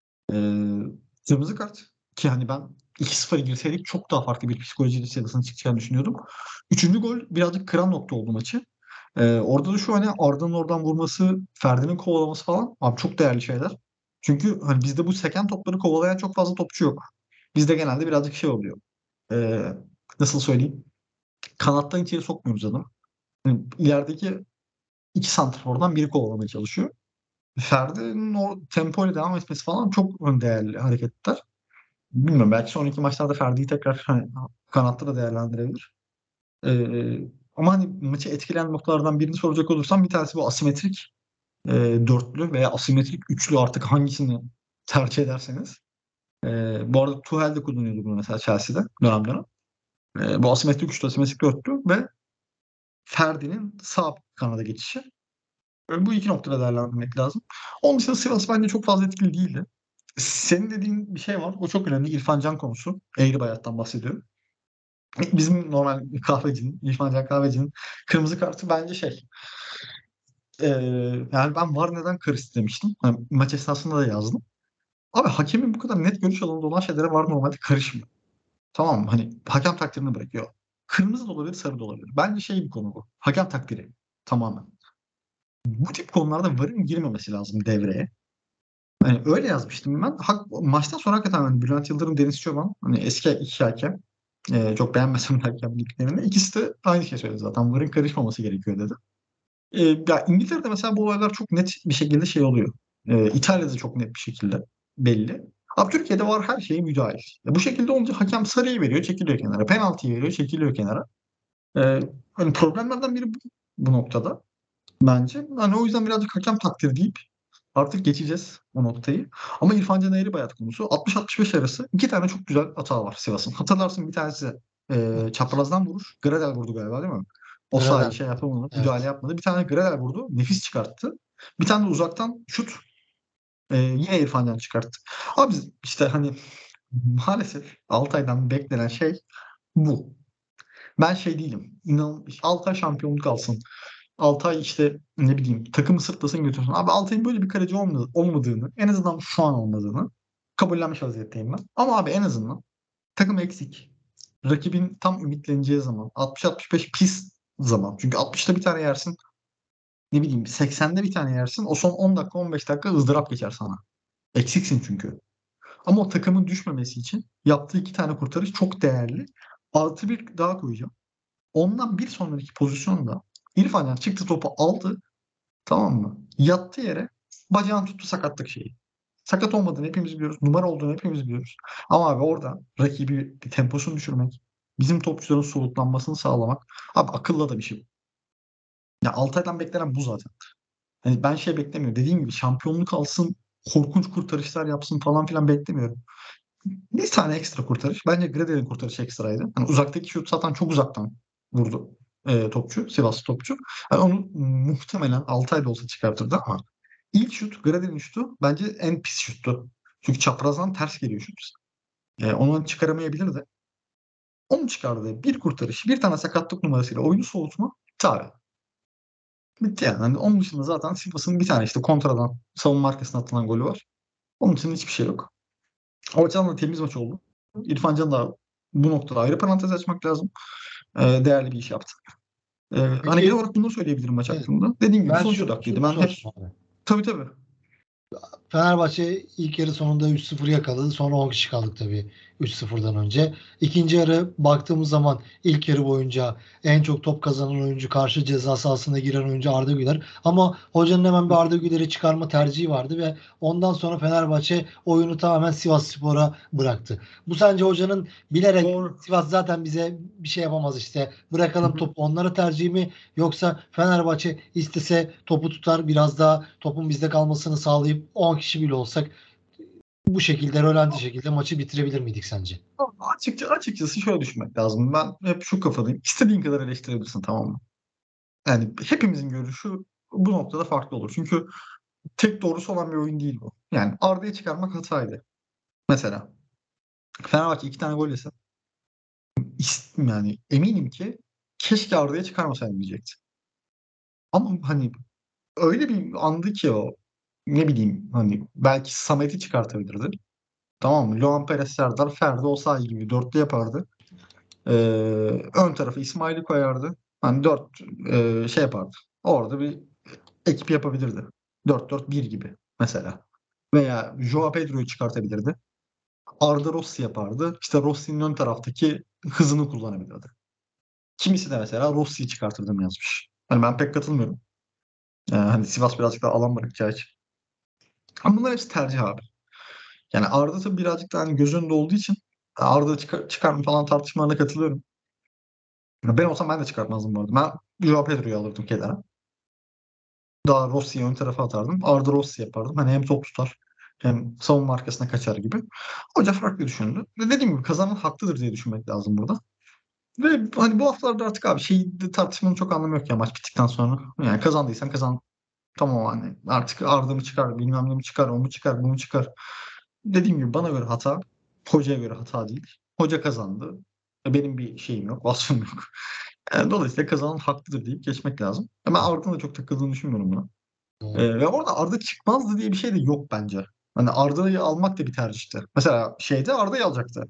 Kırmızı kart. Ki hani ben 2-0 girseydik çok daha farklı bir psikolojiyle sırasını çıkacağını düşünüyordum. Üçüncü gol birazcık kıran nokta oldu maçı. Orada da şu hani Arda'nın oradan vurması, Ferdi'nin kovalaması falan abi çok değerli şeyler. Çünkü hani bizde bu seken topları kovalayan çok fazla topçu yok. Bizde genelde birazcık şey oluyor. Ee, nasıl söyleyeyim? Kanattan içeri sokmuyoruz adamı. Yani ilerideki iki santrafordan biri kovalamaya çalışıyor. Ferdi'nin o tempoyla devam etmesi falan çok değerli hareketler. Bilmiyorum belki sonraki maçlarda Ferdi'yi tekrar hani, kanatta da değerlendirebilir. Ee, ama hani maçı etkileyen noktalardan birini soracak olursam bir tanesi bu asimetrik e, dörtlü veya asimetrik üçlü artık hangisini tercih ederseniz. Bu arada Tuchel de kullanıyordu bunu mesela Chelsea'de dönem dönem. Bu asimetrik üçlü, asimetrik dörtlü ve Ferdi'nin sağ kanada geçişi. Bu iki noktada değerlendirmek lazım. Onun dışında Sivas bence çok fazla etkili değildi. Senin dediğin bir şey var. O çok önemli. İrfan Can konusu. Eğri Bayat'tan bahsediyorum. Bizim normal kahvecinin, İrfan Can kahvecinin kırmızı kartı bence e, yani ben var neden karıştı demiştim. Hani maç esnasında da yazdım. Abi hakemin bu kadar net görüş alanında olan şeylere var normalde karışmıyor. Tamam mı? Hani hakem takdirini bırakıyor. Kırmızı da olabilir, sarı da olabilir. Bence bir konu bu. Hakem takdiri. Tamamen. Bu tip konularda VAR'ın girmemesi lazım devreye. Hani öyle yazmıştım ben. Maçtan sonra hakikaten hani Bülent Yıldırım, Deniz Çoban hani eski iki hakem çok beğenmesem de hakemliklerini. İkisi de aynı şey söyledi zaten. VAR'ın karışmaması gerekiyor dedi. Ya İngiltere'de mesela bu olaylar çok net bir şekilde şey oluyor. İtalya'da çok net bir şekilde belli. Abi Türkiye'de var her şeye müdahil. Bu şekilde olunca hakem sarıyı veriyor, çekiliyor kenara. Penaltıyı veriyor, çekiliyor kenara. Ee, hani problemlerden biri bu noktada bence. Hani o yüzden birazcık hakem takdir deyip artık geçeceğiz o noktayı. Ama İrfan Can Eğribayat konusu 60-65 arası iki tane çok güzel hata var Sivas'ın. Hatırlarsın bir tanesi çaprazdan vuruş. Gradel vurdu galiba değil mi? O sahi Gradel. şey yapamadı, müdahale Evet. yapmadı. Bir tane Gradel vurdu, nefis çıkarttı. Bir tane de uzaktan şut yine İrfan Can çıkarttı. Abi işte hani maalesef Altay'dan beklenen şey bu. Ben değilim. Altay şampiyonluk alsın. Altay işte ne bileyim takımı sırtlasın götürsün. Abi Altay'ın böyle bir kaleci olmadığını en azından şu an olmadığını kabullenmiş vaziyetteyim ben. Ama abi en azından takım eksik. Rakibin tam ümitleneceği zaman 60-65 pis zaman. Çünkü 60'ta bir tane yersin. Ne bileyim 80'de bir tane yersin. O son 10 dakika 15 dakika ızdırap geçer sana. Eksiksin çünkü. Ama o takımın düşmemesi için yaptığı 2 tane kurtarış çok değerli. Artı bir daha koyacağım. Ondan bir sonraki pozisyonda İrfan Can çıktı, topu aldı. Tamam mı? Yattı yere, bacağını tuttu, sakatlık şeyi. Sakat olmadığını hepimiz biliyoruz. Numara olduğunu hepimiz biliyoruz. Ama abi orada rakibi bir temposunu düşürmek, bizim topçuların soluklanmasını sağlamak. Abi akılla da bir şey. Ya Altay'dan beklenen bu zaten. Hani ben şey beklemiyorum. Dediğim gibi şampiyonluk alsın, korkunç kurtarışlar yapsın falan filan beklemiyorum. Bir tane ekstra kurtarış. Bence Gredel'in kurtarışı ekstraydı. Hani uzaktaki şut zaten çok uzaktan vurdu topçu. Sivaslı topçu. Yani onu muhtemelen Altay da olsa çıkartırdı ama ilk şut, Gredel'in şutu bence en pis şuttu. Çünkü çaprazdan ters geliyor şut. Onu çıkaramayabilirdi. Onu çıkardı. Bir kurtarış, bir tane sakatlık numarasıyla oyunu soğutma. Tabii. Bitti yani. Hani onun dışında zaten Sivas'ın bir tane işte kontradan savunma arkasına atılan golü var. Onun için hiçbir şey yok. O açıdan da temiz maç oldu. İrfan Can da bu noktada ayrı parantez açmak lazım. Değerli bir iş yaptı. Hani genel Peki, olarak bunu söyleyebilirim maç evet, hakkında. Dediğim gibi ben sonuç şu odaklıydı. şunu Ben hep soracağım abi. tabii tabii. Fenerbahçe ilk yarı sonunda 3-0 yakaladı. Sonra 10 kişi kaldık tabii 3-0'dan önce. İkinci yarı baktığımız zaman ilk yarı boyunca en çok top kazanan oyuncu, karşı ceza sahasına giren oyuncu Arda Güler. Ama hocanın hemen bir Arda Güler'i çıkarma tercihi vardı ve ondan sonra Fenerbahçe oyunu tamamen Sivasspor'a bıraktı. Bu sence hocanın bilerek Doğru. Sivas zaten bize bir şey yapamaz işte Hı bırakalım hı. topu onlara tercih mi, yoksa Fenerbahçe istese topu tutar, biraz daha topun bizde kalmasını sağlayıp 10 kişi bile olsak bu şekilde rölanti şekilde maçı bitirebilir miydik sence? Açıkçası şöyle düşünmek lazım. Ben hep şu kafadayım. İstediğin kadar eleştirebilirsin, tamam mı? Yani hepimizin görüşü bu noktada farklı olur. Çünkü tek doğrusu olan bir oyun değil bu. Yani Arda'yı çıkarmak hataydı. Mesela Fenerbahçe 2 tane gol yese yani eminim ki keşke Arda'yı çıkarmasaydım diyecekti. Ama hani öyle bir andı ki o, ne bileyim, hani belki Samet'i çıkartabilirdi. Tamam mı? Luan Perez, Serdar, Ferdi Osayi gibi dörtlü yapardı. Ee, ön tarafı İsmail'i koyardı. Hani dört şey yapardı. Orada bir ekip yapabilirdi. 4-4-1 gibi mesela. Veya Joao Pedro'yu çıkartabilirdi. Arda Rossi yapardı. İşte Rossi'nin ön taraftaki hızını kullanabilirdi. Kimisi de mesela Rossi'yi çıkartırdım yazmış. Hani ben pek katılmıyorum. Hani Sivas birazcık daha alan bırakacağı için. Ama bunlar hepsi tercih abi. Yani Arda tabii birazcık daha hani göz önünde olduğu için Arda çıkar mı falan tartışmalarına katılıyorum. Ben olsam ben de çıkartmazdım bu arada. Ben Joao Pedro'yu alırdım kenara. Daha Rossi'yi ön tarafa atardım. Arda Rossi yapardım. Hani hem top tutar hem savunma arkasına kaçar gibi. Hoca farklı düşündü. Ve dediğim gibi kazanan haklıdır diye düşünmek lazım burada. Ve hani bu haftalarda artık abi tartışmanın çok anlamı yok ya maç bittikten sonra. Yani kazandıysan kazan. Tamam, hani artık Arda mı çıkar, bilmem ne mi çıkar, o mu çıkar, bu mu çıkar. Dediğim gibi bana göre hata, hocaya göre hata değil. Hoca kazandı. Benim bir şeyim yok, vasfım yok. Dolayısıyla kazanan haklıdır deyip geçmek lazım. Ben Arda'nın da çok takıldığını düşünmüyorum buna. Doğru. Ve orada Arda çıkmazdı diye bir şey de yok bence. Hani Arda'yı almak da bir tercihti. Mesela şeyde Arda'yı alacaktı.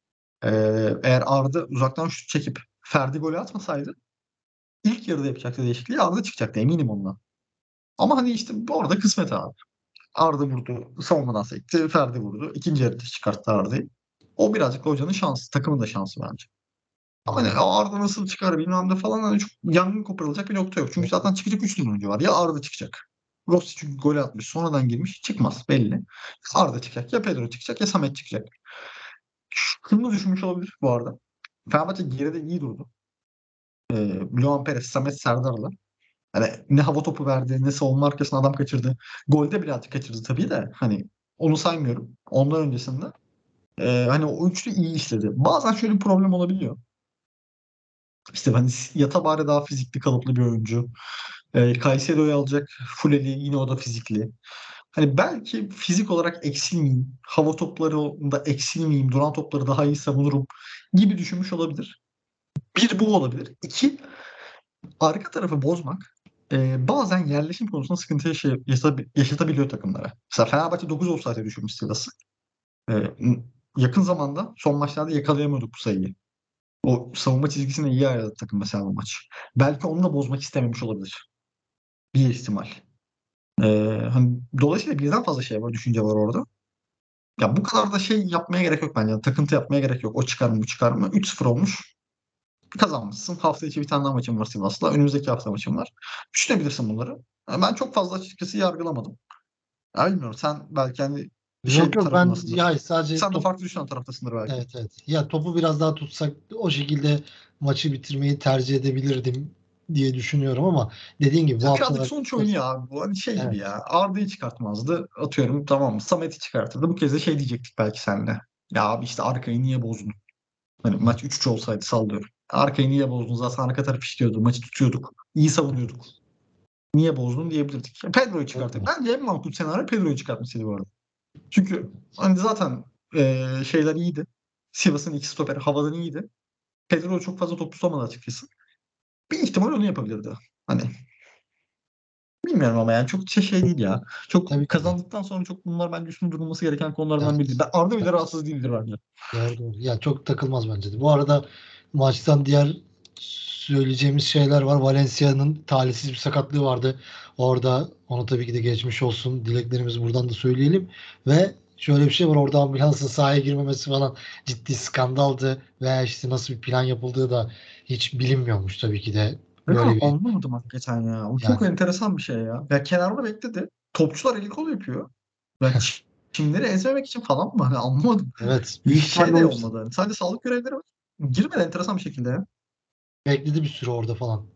Eğer Arda uzaktan şut çekip Ferdi golü atmasaydı ilk yarıda yapacaktı değişikliği, Arda çıkacaktı, eminim ondan. Ama hani işte bu arada kısmet abi. Arda vurdu, savunmadan sekti, Ferdi vurdu. İkinci yarıda çıkarttı Arda'yı. O birazcık da hocanın şansı, takımın da şansı bence. Ama hani Doğru. Arda nasıl çıkar bilmem ne falan, hani çok yangın koparılacak bir nokta yok. Çünkü zaten çıkacak 3 tane oyuncu var. Ya Arda çıkacak. Rossi çünkü gol atmış, sonradan girmiş, çıkmaz belli. Arda çıkacak, ya Pedro çıkacak, ya Samet çıkacak. Şunu düşünmüş olabilir bu arada. Fenerbahçe geride iyi durdu. Luan Perez, Samet, Serdar'la. Hani ne hava topu verdi, ne savunma arkasına adam kaçırdı. Golde birazcık kaçırdı tabii de. Hani onu saymıyorum. Ondan öncesinde. Hani o üçlü iyi işledi. Bazen şöyle bir problem olabiliyor. İşte hani Yatabare daha fizikli kalıplı bir oyuncu. Caicedo'yu alacak. Fuleli yine o da fizikli. Hani belki fizik olarak eksilmeyeyim. Hava toplarında eksilmeyeyim. Duran topları daha iyi savunurum gibi düşünmüş olabilir. Bir bu olabilir. İki, arka tarafı bozmak bazen yerleşim konusunda sıkıntı yaşatabiliyor takımlara. Mesela Fenerbahçe 9 offside'e düşürmüş Sivas'ı. E, yakın zamanda son maçlarda yakalayamıyorduk bu sayıyı. O savunma çizgisini iyi ayarladı takım mesela bu maç. Belki onu da bozmak istememiş olabilir. Bir ihtimal. Hani dolayısıyla birden fazla şey var, düşünce var orada. Ya bu kadar da şey yapmaya gerek yok bence. Takıntı yapmaya gerek yok. O çıkar mı bu çıkar mı? 3-0 olmuş. Kazanmışsın. Hafta içi bir tane daha maçın var Sivas'la. Önümüzdeki hafta maçın var. Düşünebilirsin bunları. Ben çok fazla açıkçası yargılamadım. Ya bilmiyorum. Sen belki hani Yok şey yok, ben tarafındasındır. ya sadece Sen de farklı düşünen taraftasındır belki. evet evet. Ya topu biraz daha tutsak o şekilde maçı bitirmeyi tercih edebilirdim diye düşünüyorum ama dediğin gibi bu Ya birazcık haftalar sonuç oyunu ya. Bu hani şey gibi evet. ya. Arda'yı çıkartmazdı. Atıyorum tamam mı? Samet'i çıkartırdı. Bu kez de şey diyecektik belki seninle. Ya abi işte arkayı niye bozdun? Hani maç 3-3 olsaydı sallıyorum. Arkayı niye bozdun? Zaten arka taraf işliyordu. Maçı tutuyorduk. İyi savunuyorduk. Niye bozdun diyebilirdik. Pedro'yu çıkarttık. Bence en makul senaryo Pedro'yu çıkartmasıydı bu arada. Çünkü hani zaten şeyler iyiydi. Sivas'ın iki stoperi havadan iyiydi. Pedro çok fazla top tutamadı açıkçası. Bir ihtimal onu yapabilirdi. Hani bilmiyorum ama yani çok şey değil ya. Tabii Çok ki de. kazandıktan sonra çok bunlar bence üstünde durulması gereken konulardan biri değil. Evet. Arda bile Evet. rahatsız değildir bence. Doğru doğru. Ya çok takılmaz bence de. Bu arada maçtan diğer söyleyeceğimiz şeyler var. Valencia'nın talihsiz bir sakatlığı vardı. Orada onu tabii ki de geçmiş olsun. Dileklerimizi buradan da söyleyelim. Ve şöyle bir şey var. Orada ambulansın sahaya girmemesi falan ciddi skandaldı. Veya işte nasıl bir plan yapıldığı da hiç bilinmiyormuş tabii ki de. Ben Böyle bir anlamadım hakikaten ya. O çok yani enteresan bir şey ya. Ya kenarda bekledi. Topçular el kol yapıyor. Ya çimleri ezmemek için falan mı? Hani anlamadım. evet, Bir büyük şey ihtimalle de o yüzden. olmadı. Hani sadece sağlık görevlileri var. Girmedi enteresan bir şekilde ya. Bekledi bir süre orada falan.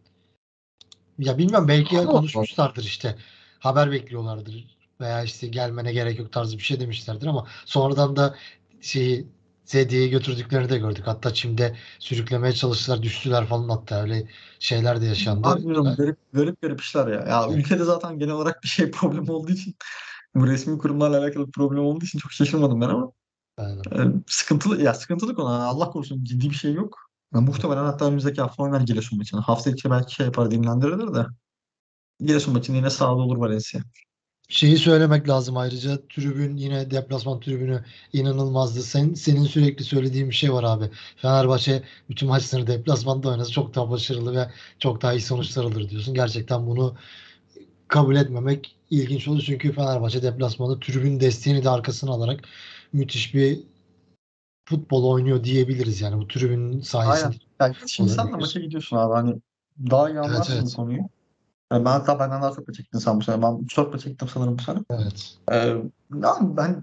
Ya bilmem, belki Allah Allah. konuşmuşlardır işte. Haber bekliyorlardır. Veya işte gelmene gerek yok tarzı bir şey demişlerdir ama sonradan da şeyi Zediye'ye götürdüklerini de gördük. Hatta çimde sürüklemeye çalıştılar, düştüler falan, hatta öyle şeyler de Abi yaşandı. bilmiyorum, garip garip garip işler ya. Ya Evet, ülkede zaten genel olarak bir şey problem olduğu için bu resmi kurumlarla alakalı bir problem olduğu için çok şaşırmadım ben ama aynen. sıkıntılı ya sıkıntılı konu. Yani Allah korusun ciddi bir şey yok. Ya muhtemelen hatta önümüzdeki hafta oynar Giresun maçını. Hafta içi belki şey yapar dinlendirirler de. Giresun maçında yine sahada olur Valencia. Şeyi söylemek lazım ayrıca, tribün, yine deplasman tribünü inanılmazdı. Senin sürekli söylediğin bir şey var abi. Fenerbahçe bütün maçlarını deplasmanda oynadı. Çok daha başarılı ve çok daha iyi sonuçlar alır diyorsun. Gerçekten bunu kabul etmemek ilginç oldu. Çünkü Fenerbahçe deplasmanda tribün desteğini de arkasına alarak müthiş bir futbol oynuyor diyebiliriz. Yani bu tribünün sayesinde Aynen. Yani şimdi sen de olabilir. maça gidiyorsun abi. Hani daha iyi Evet anlarsın bu evet. konuyu. Yani ben hatta benden daha çok maça gittin sen bu sene. Ben 3-4 maça gittim sanırım bu sene. Evet. Ee, yani ben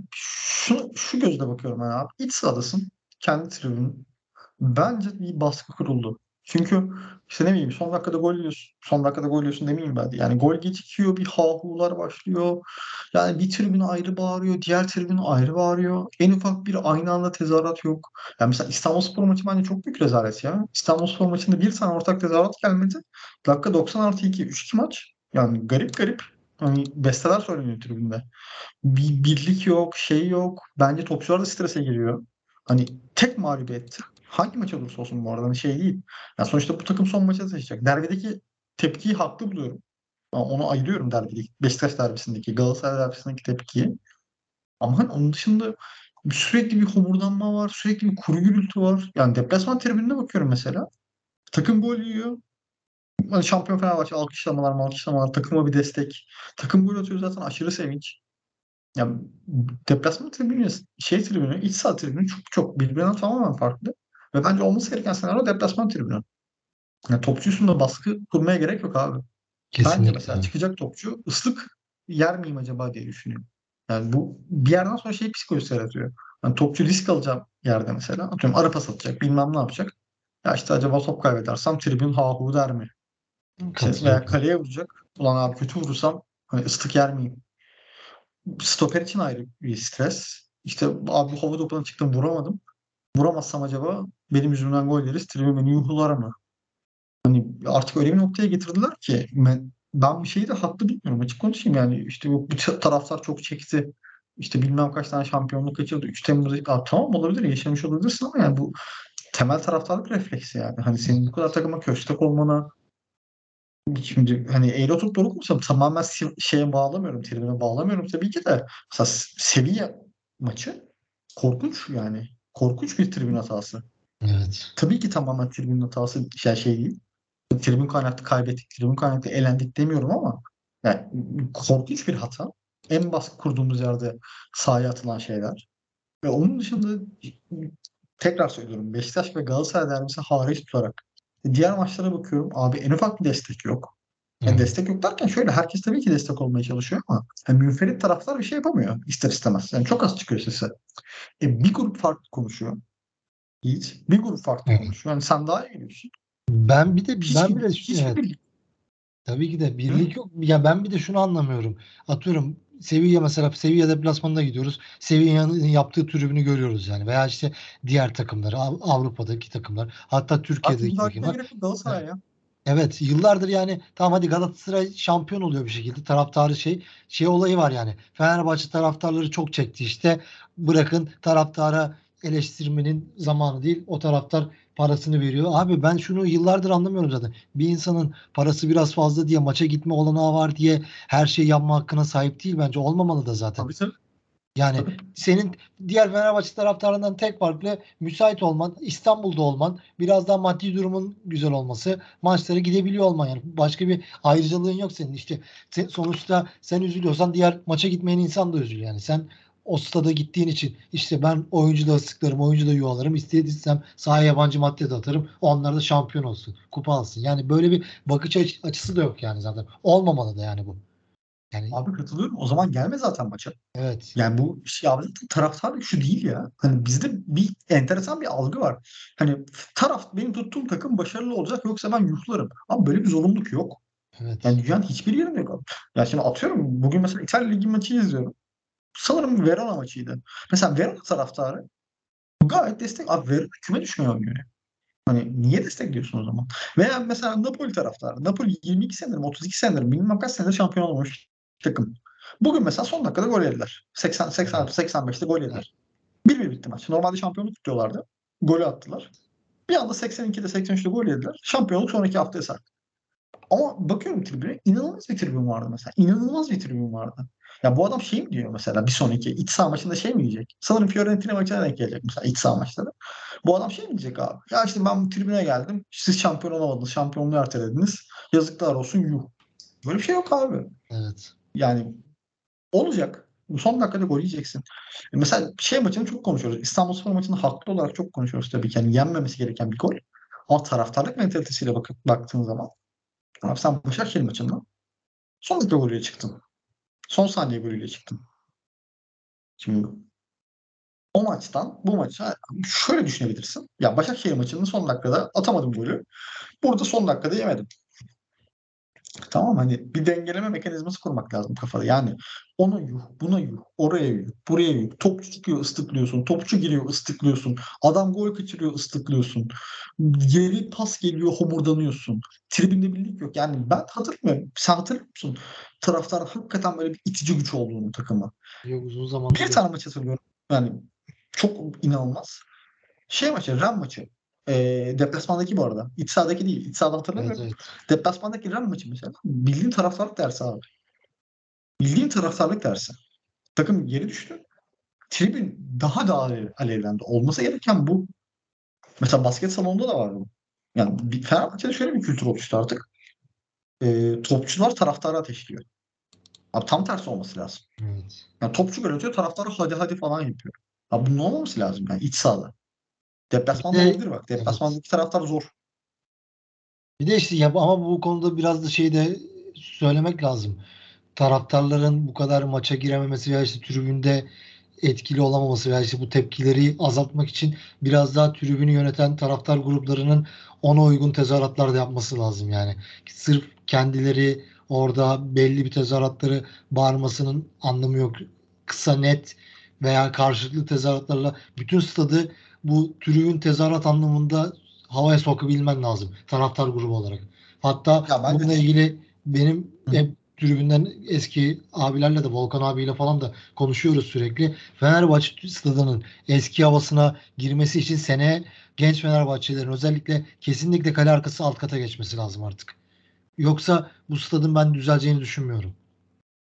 şu gözle bakıyorum yani abi. İç sahadasın. Kendi tribünün. Bence bir baskı kuruldu. Çünkü işte ne bileyim son dakikada gol yiyorsun. Son dakikada gol yiyorsun demeyeyim ben de. Yani gol gecikiyor, bir hahular başlıyor. Yani bir tribün ayrı bağırıyor, diğer tribün ayrı bağırıyor. En ufak bir aynı anda tezahürat yok. Yani mesela İstanbulspor maçı bence çok büyük rezalet ya. İstanbulspor maçında bir tane ortak tezahürat gelmedi. Dakika 90 artı 2, 3-2 maç. Yani garip garip. Hani besteler söyleniyor tribünde. Bir birlik yok, şey yok. Bence topçular da strese giriyor. Hani tek mağlubiyet. Hangi maç olursa olsun bu arada hani şey değil. Ya sonuçta bu takım son maça taşıyacak. Derbideki tepkiyi haklı buluyorum. Onu ayırıyorum derbideki. Beşiktaş derbisindeki, Galatasaray derbisindeki tepkiyi. Ama hani onun dışında sürekli bir homurdanma var. Sürekli bir kuru gürültü var. Yani deplasman tribününe bakıyorum mesela. Takım gol yiyor. Hani şampiyon Fenerbahçe alkışlamalar, alkışlamalar, takıma bir destek. Takım gol atıyor zaten aşırı sevinç. Ya deplasman tribünü, şey tribünü, iç saha tribünü çok çok birbirinden tamamen farklı. Ve bence olması gereken senaryo deplasman tribünü. Yani topçu üstünde baskı kurmaya gerek yok abi. Bence mesela Kesinlikle. çıkacak topçu ıslık yer miyim acaba diye düşünüyor. Yani bu bir yerden sonra şey psikolojisi yaratıyor. Yani topçu risk alacağım yerde mesela. Atıyorum ara pas atacak bilmem ne yapacak. Ya işte acaba top kaybedersem tribün ha hu der mi? İşte veya Katılıyorum. kaleye vuracak. Ulan abi kötü vurursam hani ıslık yer miyim? Stoper için ayrı bir stres. İşte abi hava topuna çıktım vuramadım. Vuramazsam acaba benim yüzümden gol yeriz. Tribün beni yuhlar mı? Artık öyle bir noktaya getirdiler ki ben bir şeyi de haklı bilmiyorum. Açık konuşayım yani. İşte bu taraftar çok çekti. İşte bilmem kaç tane şampiyonluk kaçırdı. 3 Temmuz'da tamam olabilir yaşamış olabilirsin ama yani bu temel taraftarlık refleksi yani. Hani senin bu kadar takıma köstek olmana şimdi hani eğri oturup doğru konuşsam tamamen şeye bağlamıyorum, tribüne bağlamıyorum tabii ki de. Mesela Sevilla maçı korkunç yani. Korkunç bir tribün hatası. Evet. Tabii ki tamamen tribünün hatası şey değil. Tribün kaynaklı kaybettik, tribün kaynaklı elendik demiyorum ama yani korkunç bir hata. En basit kurduğumuz yerde sahaya atılan şeyler. Ve onun dışında tekrar söylüyorum, Beşiktaş ve Galatasaray derbisi hariç tutarak diğer maçlara bakıyorum. Abi en ufak bir destek yok. Yani Evet. destek yok derken şöyle, herkes tabii ki destek olmaya çalışıyor ama yani münferit taraftar bir şey yapamıyor ister istemez. Yani çok az çıkıyor sesi. Bir grup farklı konuşuyor. Hiç. Bir grup farklı Evet. konuşuyor. Yani sen daha iyi biliyorsun. Ben bir de Hiçbir evet. birlik. Tabii ki de Hı? birlik yok. Ya ben bir de şunu anlamıyorum. Atıyorum Sevilla, mesela Sevilla deplasmanına gidiyoruz. Sevilla'nın yaptığı tribünü görüyoruz yani. Veya işte diğer takımları, Avrupa'daki takımlar, hatta Artık Türkiye'deki müdahale etmeye takımlar. gerek yok Galatasaray ya. Evet, yıllardır yani tamam, hadi Galatasaray şampiyon oluyor bir şekilde. Taraftarı şey olayı var yani. Fenerbahçe taraftarları çok çekti işte. Bırakın taraftara eleştirmenin zamanı değil. O taraftar parasını veriyor. Abi ben şunu yıllardır anlamıyorum zaten. Bir insanın parası biraz fazla diye maça gitme olanağı var diye her şeyi yapma hakkına sahip değil bence. Olmamalı da zaten. Tabii tabii. Yani Tabii. senin diğer Fenerbahçe taraftarından tek farklı müsait olman, İstanbul'da olman, biraz daha maddi durumun güzel olması, maçlara gidebiliyor olman. Yani başka bir ayrıcalığın yok senin. İşte sonuçta sen üzülüyorsan diğer maça gitmeyen insan da üzülüyor. Yani sen o stada gittiğin için işte ben oyuncu da ıslıklarım, oyuncu da yuvalarım, istediysem sahaya yabancı madde de atarım. Onlar da şampiyon olsun, kupa alsın. Yani böyle bir bakış açısı da yok yani zaten. Olmamalı da yani bu. Yani Abi katılıyorum. O zaman gelme zaten maça. evet, Yani bu şey abi, zaten taraftarlık şu değil ya. Hani bizde bir enteresan bir algı var. Hani benim tuttuğum takım başarılı olacak yoksa ben yuhlarım. Ama böyle bir zorunluluk yok. Yani evet, dünyanın hiçbir yerinde yok. Ya şimdi atıyorum, bugün mesela İtalya Ligi maçı izliyorum. Sanırım Verona maçıydı. Mesela Verona taraftarı gayet destek. Abi Verona küme düşmeye oynuyor. Hani niye destekliyorsun o zaman? Veya mesela Napoli taraftarı. Napoli 22 senedir mi, 32 senedir mi, bilmem kaç senedir şampiyon olmuş takım. Bugün mesela son dakikada gol yediler. 80 80 evet. 85'te gol Evet. yediler. 1-1 bitti maç. Normalde şampiyonluk tutuyorlardı. Golü attılar. Bir anda 82'de 83'te gol yediler. Şampiyonluk sonraki haftaya sarktı. Ama bakıyorum tribüne, inanılmaz bir tribün vardı mesela. İnanılmaz bir tribün vardı. Ya bu adam şey mi diyor mesela, bir sonraki iç saha maçında şey mi diyecek? Sanırım Fiorentina maçına denk gelecek mesela iç saha maçları. Bu adam şey mi diyecek abi? Ya işte ben bu tribüne geldim. Siz şampiyon olamadınız. Şampiyonluğu ertelediniz. Yazıklar olsun, yuh. Böyle bir şey yok abi. Evet. Yani olacak. Bu son dakikada gol yiyeceksin. Mesela şey maçını çok konuşuyoruz. İstanbulspor maçını haklı olarak çok konuşuyoruz tabii ki. Yani yenmemesi gereken bir gol. Ama taraftarlık mentalitesiyle baktığın zaman abi sen Başakşehir maçında son dakika golüyle çıktın. Son saniye golüyle çıktın. Şimdi o maçtan bu maça şöyle düşünebilirsin. Ya Başakşehir maçının son dakikada atamadım golü. Burada son dakikada yemedim. Tamam, hani bir dengeleme mekanizması kurmak lazım kafada. Yani ona yuh, buna yuh, oraya yuh, buraya yuh. Topçu çıkıyor, ıslıklıyorsun. Topçu giriyor, ıslıklıyorsun. Adam gol kaçırıyor, ıslıklıyorsun. Geri pas geliyor, homurdanıyorsun. Tribünde birlik yok. Yani ben hatırlamıyorum. Sen hatırlıyor musun? Taraftar hakikaten böyle bir itici güç olduğunu takımı. Yok, uzun zamandır Bir yok. tane maç hatırlıyorum. Yani çok inanılmaz. Şey maçı, Ren maçı. Deplasmandaki bu arada. İç sahadaki değil. İç sahada Evet, hatırlamıyorum. evet. Deplasmandaki Ren maçı mesela. Bildiğin taraftarlık dersi abi. Bildiğin taraftarlık dersi. Takım geri düştü. Tribün daha da alevlendi. Olması gereken bu. Mesela basket salonunda da var bu. Yani Fenerbahçe'de şöyle bir kültür oluştu artık. Topçular taraftarı ateşliyor. Abi tam tersi olması lazım. Evet. Yani topçu gol atıyor, taraftarı hadi hadi falan yapıyor. Abi bunun olmaması lazım yani iç sahada. Bir Deplasmanda de olabilir bak. evet. Deplasmandaki taraftar zor. Bir de işte ya, ama bu konuda biraz da şey de söylemek lazım. Taraftarların bu kadar maça girememesi veya işte tribünde etkili olamaması veya işte bu tepkileri azaltmak için biraz daha tribünü yöneten taraftar gruplarının ona uygun tezahüratlar da yapması lazım yani. Sırf kendileri orada belli bir tezahüratları bağırmasının anlamı yok. Kısa, net veya karşılıklı tezahüratlarla bütün stadı bu tribün tezahürat anlamında havaya sokabilmen lazım taraftar grubu olarak. Hatta Ya bence bununla ilgili benim Hı hı. hep tribünden eski abilerle de, Volkan abiyle falan da konuşuyoruz sürekli. Fenerbahçe stadının eski havasına girmesi için seneye genç Fenerbahçelilerin özellikle kesinlikle kale arkası alt kata geçmesi lazım artık. Yoksa bu stadın ben düzeleceğini düşünmüyorum.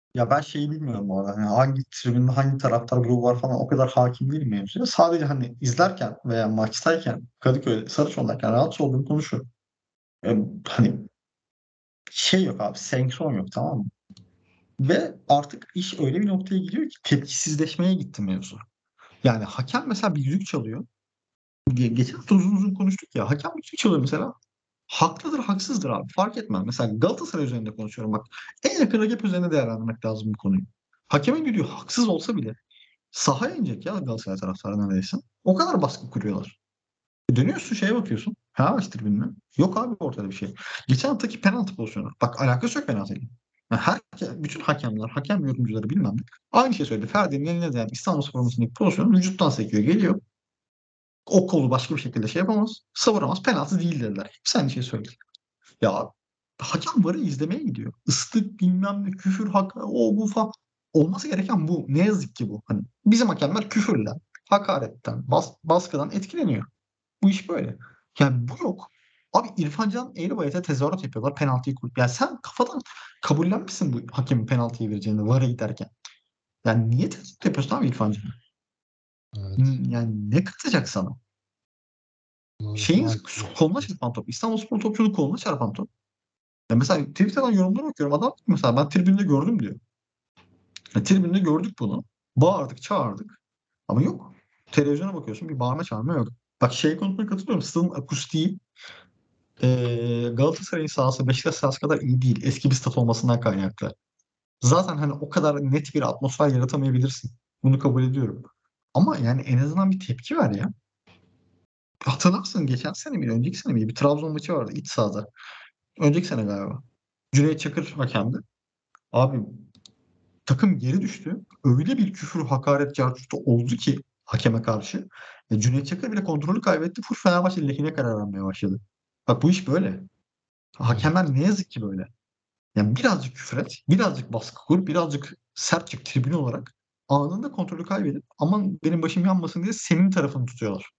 Ya ben şeyi bilmiyorum bu arada. Yani hangi tribünde hangi taraftar grubu var falan o kadar hakim değilim mevzuya. Sadece hani izlerken veya maçtayken Kadıköy'de Saraçoğlu'ndayken rahatsız olduğum konu şu. Hani şey yok abi, senkron yok, tamam mı? Ve artık iş öyle bir noktaya gidiyor ki tepkisizleşmeye gitti mevzu. Yani hakem mesela bir yüzük çalıyor. Geçen hafta uzun uzun konuştuk ya. Hakem bir yüzük çalıyor mesela. Haklıdır, haksızdır abi. Fark etmez. Mesela Galatasaray üzerinde konuşuyorum bak. En yakın rakip üzerine değerlendirmek lazım bu konuyu. Hakemin düdüğü haksız olsa bile sahaya inecek ya Galatasaray taraftarı neredeyse. O kadar baskı kuruyorlar. Dönüyorsun şeye bakıyorsun. Fenerbahçe tribününe. Yok abi ortada bir şey. Geçen haftaki penaltı pozisyonu. Bak alakası yok penaltıyla. Yani bütün hakemler, hakem yorumcuları bilmem ne. Aynı şey söyledi. Ferdi'nin eline değen İstanbul formasındaki pozisyon vücuttan sekiyor geliyor. O kolu başka bir şekilde şey yapamaz. Savuramaz. Penaltı değil dediler. Hepsi aynı şey söyledi. Ya hakem varı izlemeye gidiyor. Islık bilmem ne küfür hak o bu falan. Olması gereken bu. Ne yazık ki bu. Hani bizim hakemler küfürle, hakaretten, baskıdan etkileniyor. Bu iş böyle. Yani bu yok. Abi İrfan Can Eğribayat'a tezahürat yapıyorlar penaltıyı koyup. Yani sen kafadan kabullenmişsin bu hakemin penaltıyı vereceğini VAR'a giderken. Yani niye tezahürat yapıyorsun abi İrfan Can'a? Evet. Yani ne katacak sana? Doğru. Şeyin Maalesef. koluna çarpan top. İstanbulspor topçunun koluna çarpan top. Ya mesela Twitter'dan yorumlara bakıyorum. Adam mesela ben tribünde gördüm diyor. Ya, tribünde gördük bunu. Bağırdık, çağırdık. Ama yok. Televizyona bakıyorsun bir bağırma çağırma yok. Bak şey konusuna katılıyorum. Stadın akustiği Galatasaray'ın sahası Beşiktaş sahası kadar iyi değil. Eski bir stat olmasından kaynaklı. Zaten hani o kadar net bir atmosfer yaratamayabilirsin. Bunu kabul ediyorum. Ama yani en azından bir tepki ver ya. Hatırlarsın geçen sene miydi, önceki sene miydi? Bir Trabzon maçı vardı iç sahada. Önceki sene galiba. Cüneyt Çakır hakemdi. Abi takım geri düştü. Öyle bir küfür, hakaret, cartutu oldu ki hakeme karşı. Cüneyt Çakır bile kontrolü kaybetti. Full Fenerbahçe lehine karar vermeye başladı. Bak bu iş böyle. Evet. Hakemler ne yazık ki böyle. Yani birazcık küfür et, birazcık baskı kur, birazcık sert çık tribün olarak. Anında kontrolü kaybedip aman benim başım yanmasın diye senin tarafını tutuyorlar.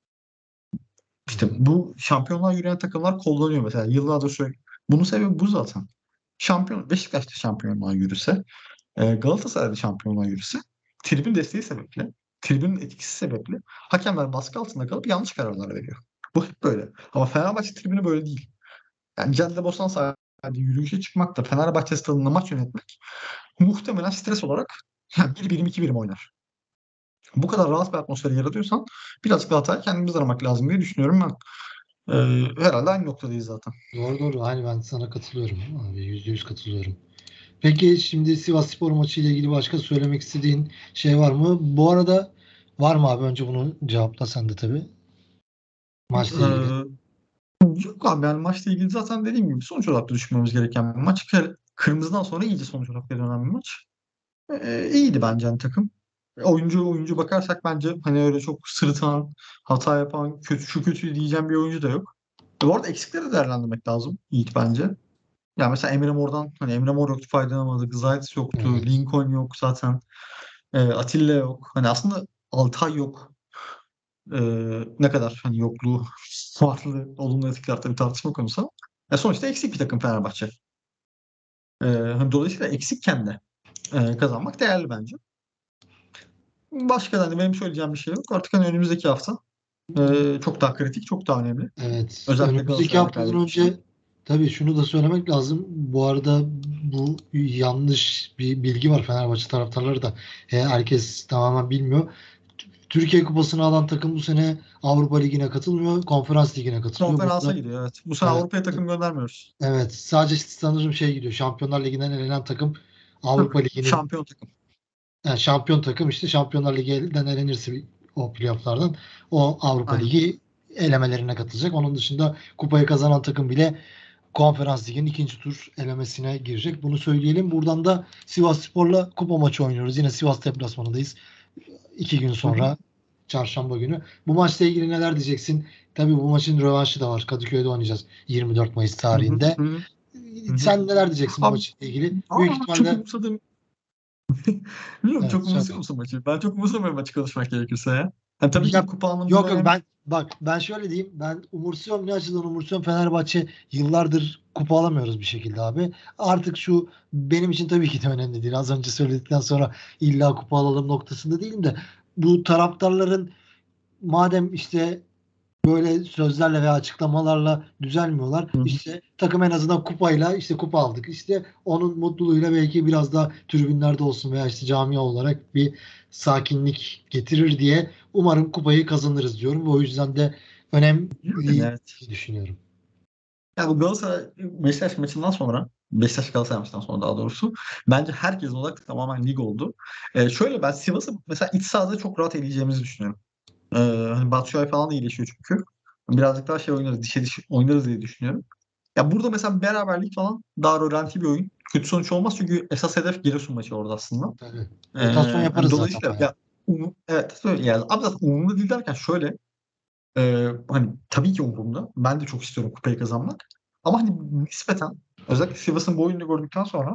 İşte Evet. bu şampiyonlar yürüyen takımlar kullanıyor mesela. Yıllardır söylüyorum. Bunun sebebi bu zaten. Beşiktaş'ta şampiyonlar yürüse, Galatasaray'da şampiyonlar yürüse, tribün desteği sebeple, tribünün etkisi sebeple hakemler baskı altında kalıp yanlış kararlar veriyor. Bu hep böyle. Ama Fenerbahçe tribünü böyle değil. Yani Caddebostan sahada yürüyüşe çıkmak da Fenerbahçe stadında maç yönetmek muhtemelen stres olarak yani bir birim iki birim oynar. Bu kadar rahat bir atmosferi yaratıyorsan birazcık daha hatayı kendimiz aramak lazım diye düşünüyorum ben. Herhalde aynı noktadayız zaten. Doğru doğru. Hani ben sana katılıyorum abi. %100 katılıyorum. Peki şimdi Sivasspor maçı ile ilgili başka söylemek istediğin şey var mı? Bu arada var mı abi? Önce bunu cevapla sen de tabii. Maçla ilgili. Ee, Yok abi yani maçla ilgili zaten dediğim gibi sonuç olarak da düşünmemiz gereken bir maç. Kırmızıdan sonra iyice sonuç olarak dönen bir maç. İyiydi bence hani takım. Oyuncu bakarsak bence hani öyle çok sırıtan, hata yapan, kötü şu kötü diyeceğim bir oyuncu da yok. Bu arada eksikleri de değerlendirmek lazım Yiğit bence. Yani mesela Emre Mor'dan hani Emre Mor yoktu faydalanamadık. Zayt yoktu. Evet. Lincoln yok zaten. Atilla yok. Hani aslında Altay yok. Ne kadar hani yokluğu farklı olumlu etkiler tabii tartışma konusu ama sonuçta eksik bir takım Fenerbahçe. Hani dolayısıyla eksikken de kazanmak değerli bence. Başka da hani benim söyleyeceğim bir şey yok. Artık hani önümüzdeki hafta çok daha kritik, çok daha önemli. Evet. Özellikle Önümüzdeki Galatasaray'da haftadan kaybetmişken. önce tabii şunu da söylemek lazım. Bu arada bu yanlış bir bilgi var Fenerbahçe taraftarları da. Herkes tamamen bilmiyor. Türkiye Kupası'nı alan takım bu sene Avrupa Ligi'ne katılmıyor. Konferans Ligi'ne katılıyor. Konferansa Burada gidiyor evet. Bu sene evet, Avrupa'ya takım göndermiyoruz. evet sadece sanırım şey gidiyor. Şampiyonlar Ligi'nden elenen takım Tabii. Avrupa Ligi'nin Şampiyon takım. yani şampiyon takım işte Şampiyonlar Ligi'den elenirse o playofflardan o Avrupa Aynen. Ligi elemelerine katılacak. Onun dışında kupayı kazanan takım bile Konferans Ligi'nin ikinci tur elemesine girecek. Bunu söyleyelim. Buradan da Sivasspor'la kupa maçı oynuyoruz. Yine Sivas deplasmanındayız. 2 gün Hı hı. sonra çarşamba günü. Bu maçla ilgili neler diyeceksin? Tabii bu maçın rövanşı da var. Kadıköy'de oynayacağız 24 Mayıs Hı hı. tarihinde. Hı hı. Hı hı. Sen neler diyeceksin bu Abi, maçla ilgili? Büyük çok ihtimalle umursadığım bilmiyorum evet çok söyle. umursuyor musun maçı? Ben çok umursamıyorum maçı konuşmak gerekirse ya. Yani tabii ki Ya, kupa anlamında yok yok, önemli. ben şöyle diyeyim. Ben umursuyorum, ne açıdan umursuyorum. Fenerbahçe yıllardır kupa alamıyoruz bir şekilde abi. Artık şu benim için tabii ki de önemli değil. Az önce söyledikten sonra illa kupa alalım noktasında değilim de bu taraftarların madem işte böyle sözlerle veya açıklamalarla düzelmiyorlar. Hı hı. İşte takım en azından kupayla işte kupa aldık. İşte onun mutluluğuyla belki biraz daha tribünlerde olsun veya işte camia olarak bir sakinlik getirir diye umarım kupayı kazanırız diyorum ve o yüzden de Yani önemli evet. düşünüyorum. Yani bu Galatasaray Beşiktaş maçından sonra, Beşiktaş Galatasaray maçından sonra daha doğrusu, bence herkesin odaklı tamamen lig oldu. Şöyle, ben Sivas'ı mesela iç sahada çok rahat eleyeceğimizi düşünüyorum. Hani Batshuayi falan da iyileşiyor çünkü. Birazcık daha şey oynarız, dişe diş oynarız diye düşünüyorum. Ya burada mesela beraberlik falan daha rölanti bir oyun. Kötü sonuç olmaz çünkü esas hedef Giresun maçı orada aslında. Tabii. Ee, Rotasyon Hani yaparız zaten dolayısıyla bayağı. ya evet yani abi zaten umurumda değil derken şöyle, hani tabii ki umurumda. Ben de çok istiyorum kupayı kazanmak. Ama hani nispeten özellikle Sivas'ın bu oyununu gördükten sonra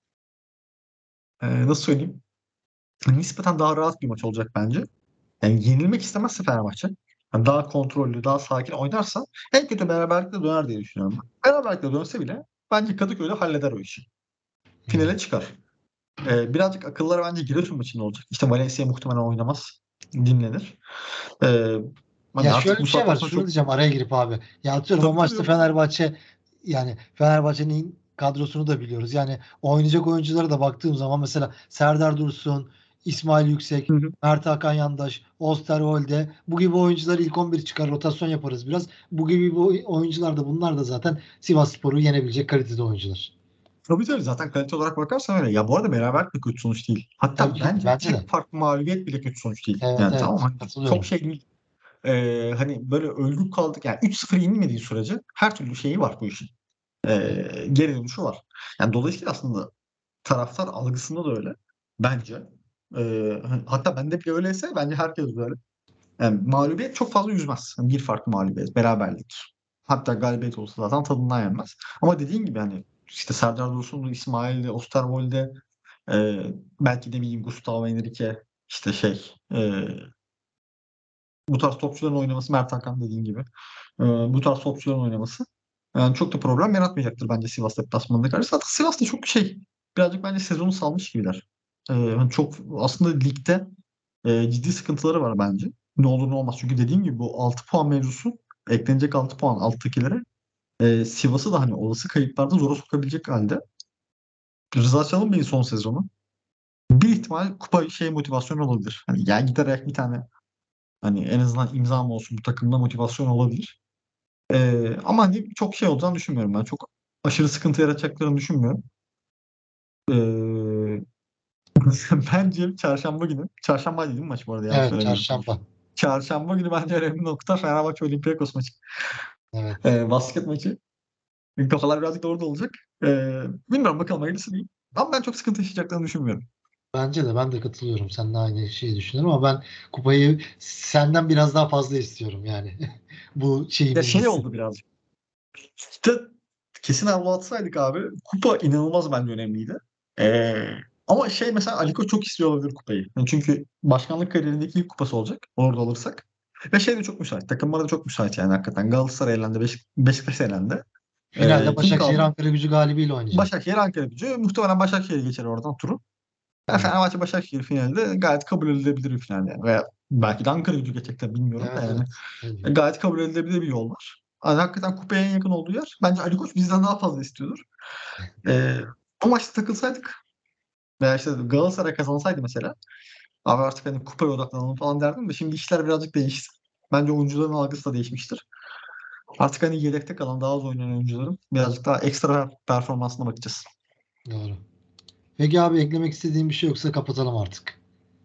nasıl söyleyeyim? Nispeten daha rahat bir maç olacak bence. Yani yenilmek istemezse Fenerbahçe, hani daha kontrollü, daha sakin oynarsa en kötü beraberlikle döner diye düşünüyorum ben. Beraberlikle dönse bile bence Kadıköy'de halleder o işi. Evet. Finale çıkar. Birazcık akılları bence Giresun maçında olacak. İşte Valencia muhtemelen oynamaz. Dinlenir. Ee, Ya Hani şöyle artık bir bu şey saatten var. sonra Şunu çok diyeceğim araya girip abi. Ya atıyorum o tabii tabii maçta yok. Fenerbahçe, yani Fenerbahçe'nin kadrosunu da biliyoruz. Yani oynayacak oyunculara da baktığım zaman mesela Serdar Dursun, İsmail Yüksek, Hı hı. Mert Hakan Yandaş, Osterwolde, bu gibi oyuncular ilk 11 çıkar, rotasyon yaparız biraz. Bu gibi bu oyuncular da, bunlar da zaten Sivasspor'u yenebilecek kalitede oyuncular. Tabii tabii zaten kalite olarak bakarsan öyle. Ya bu arada beraberlik de kötü sonuç değil. Tabii Hatta ki bence bence de. tek farklı mağlubiyet bile kötü sonuç değil. Evet Yani tamam evet, hani çok katılıyorum. şey değil. Hani böyle öldük kaldık. Yani 3-0 yenilmediği sürece her türlü şeyi var bu işin. Geri dönüşü var. Yani dolayısıyla aslında taraftar algısında da öyle. Bence. Hatta bende bile öyleyse bence herkes böyle. Yani mağlubiyet çok fazla üzmez. Yani bir farklı mağlubiyet, beraberlik. Hatta galibiyet olsa zaten tadından yenmez. Ama dediğin gibi hani işte Serdar Dursun'du, İsmail'de, Osterwold'de, e, belki de bileyim Gustavo Henrique, işte bu tarz topçuların oynaması, Mert Hakan dediğin gibi, bu tarz topçuların oynaması yani çok da problem yaratmayacaktır bence Sivas deplasmanında karşı. Zaten Sivas da çok birazcık bence sezonu salmış gibiler. Hani çok aslında ligde ciddi sıkıntıları var bence. Ne olur ne olmaz. Çünkü dediğim gibi bu 6 puan mevzusu, eklenecek 6 puan alttakilere, Sivas'ı da hani olası kayıplarda zora sokabilecek halde. Rıza Çalınbay'ın son sezonu bir ihtimal kupa motivasyon olabilir. Hani ya giderek bir tane, hani en azından imzam olsun bu takımda motivasyon olabilir. Ama hani çok şey olacağını düşünmüyorum ben. Çok aşırı sıkıntı yaratacaklarını düşünmüyorum. Ee, Bence çarşamba değil mi maç bu arada, yanlış Evet, söylemiyorum. çarşamba. Çarşamba günü bence önemli nokta Fenerbahçe Olympiakos maçı. Evet. Basket maçı. Kafalar birazcık da orada olacak. Bilmiyorum, bakalım hayırlısı diyeyim. Ama ben çok sıkıntı yaşayacaklarını düşünmüyorum. Bence de, ben de katılıyorum. Sen de aynı şeyi düşünüyorum ama ben kupayı senden biraz daha fazla istiyorum yani. Bu Ya şeyimin şey gitsin. oldu birazcık. İşte kesin avlu atsaydık abi, kupa inanılmaz bence önemliydi. Ee, Ama mesela Ali Koç çok istiyor olabilir kupayı. Yani çünkü başkanlık kariyerindeki ilk kupası olacak orada alırsak. Ve de çok müsait. Takımlara da çok müsait yani hakikaten. Galatasaray elendi, Beşiktaş elendi. Finalde Kim Başakşehir kaldı? Ankara Gücü galibiyle oynayacak. Başakşehir Ankaragücü. Muhtemelen Başakşehir geçer oradan turu. Yani Evet. Fenerbahçe Başakşehir finalde gayet kabul edilebilir bir final yani. Veya belki de Ankaragücü geçecekler, bilmiyorum da Evet yani. evet. Tabii. Gayet kabul edilebilir bir yol var. Yani hakikaten kupaya en yakın olduğu yer. Bence Ali Koç bizden daha fazla istiyordur. Ee, O maçta takılsaydık veya işte Galatasaray kazansaydı mesela, abi artık hani kupaya odaklanalım falan derdim de şimdi işler birazcık değişti. Bence oyuncuların algısı da değişmiştir. Artık hani yedekte kalan daha az oynayan oyuncuların birazcık daha ekstra performansına bakacağız. Doğru. Peki abi, eklemek istediğin bir şey yoksa kapatalım artık.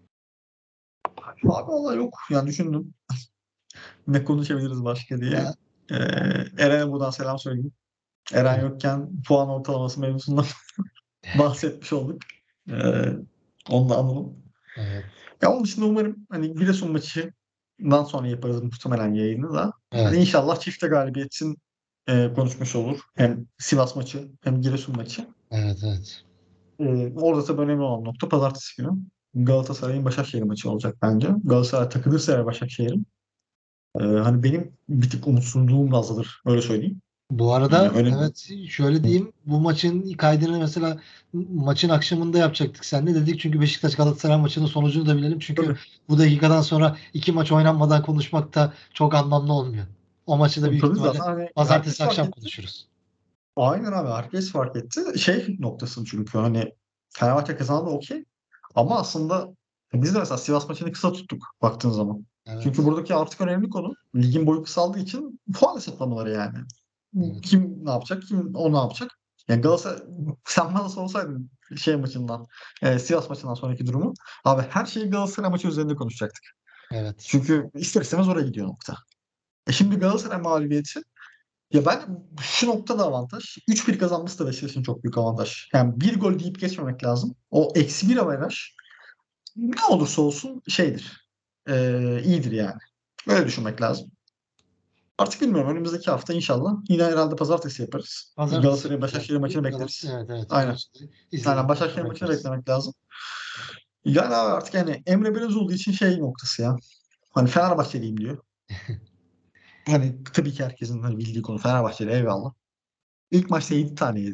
Abi vallahi yok. Yani düşündüm ne konuşabiliriz başka diye. Ya, Ee, Eren'e buradan selam söyleyeyim. Eren evet. yokken puan ortalaması mevzusundan bahsetmiş olduk. Ee, Onu da anladım. Evet. Ya onun dışında umarım hani Giresun maçından sonra yaparız muhtemelen yayını da. Hani Evet. inşallah çifte galibiyet için konuşmuş olur. Hem Sivas maçı hem Giresun maçı. Evet. Evet. Orada tabii önemli olan nokta pazartesi günü. Galatasaray'ın Başakşehir maçı olacak bence. Galatasaray takılırsa eğer Başakşehir'in hani benim bir tık umutsuzluğum da azalır. Öyle söyleyeyim. Bu Yani arada öyle evet, şöyle diyeyim, bu maçın kaydını mesela maçın akşamında yapacaktık seninle, dedik çünkü Beşiktaş Galatasaray maçının sonucunu da bilelim, çünkü tabii. bu dakikadan sonra iki maç oynanmadan konuşmak da çok anlamlı olmuyor. O maçı da büyük Tabii ihtimalle zaten hani herkes pazartesi fark akşam etti. konuşuruz. Aynen abi herkes fark etti. Şey noktası çünkü hani Fenerbahçe kazandı okey. Ama aslında biz de mesela Sivas maçını kısa tuttuk baktığın zaman. Çünkü Evet. buradaki artık önemli konu ligin boyu kısaldığı için puan hesaplamaları yani. Evet. Kim ne yapacak, kim o ne yapacak? Yani Galatasaray sen bana sorsaydın şey maçından, Sivas maçından sonraki durumu abi her şeyi Galatasaray maçı üzerinde konuşacaktık. Evet. Çünkü ister istemez oraya gidiyor nokta. Şimdi Galatasaray mağlubiyeti ya ben şu noktada avantaj. 3-1 kazanması da Beşiktaş'ın çok büyük avantaj. Yani bir gol deyip geçmemek lazım. O eksi bir averaj ne olursa olsun şeydir. İyidir yani. Öyle düşünmek lazım. Artık bilmiyorum. Önümüzdeki hafta inşallah yine herhalde pazartesi yaparız. Pazartesi Galatasaray yapacağız. Başakşehir maçını bekleriz. Evet, evet. O Aynen. maçı Aynen izledikten Başakşehir sonra maçını yaparız. beklemek lazım. Yani abi artık yani Emre Belözoğlu için şey noktası ya. Hani Fenerbahçeliyim diyor. Hani tabii ki herkesin hani bildiği konu Fenerbahçeli eyvallah. İlk maçta 7 tane yedi.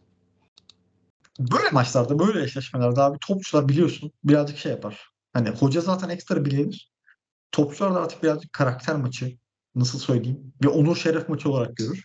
Böyle maçlarda, böyle eşleşmelerde abi topçular biliyorsun birazcık şey yapar. Hani hoca zaten ekstra bilinir. Topçular da artık birazcık karakter maçı, nasıl söyleyeyim, bir onur şeref maçı olarak görür.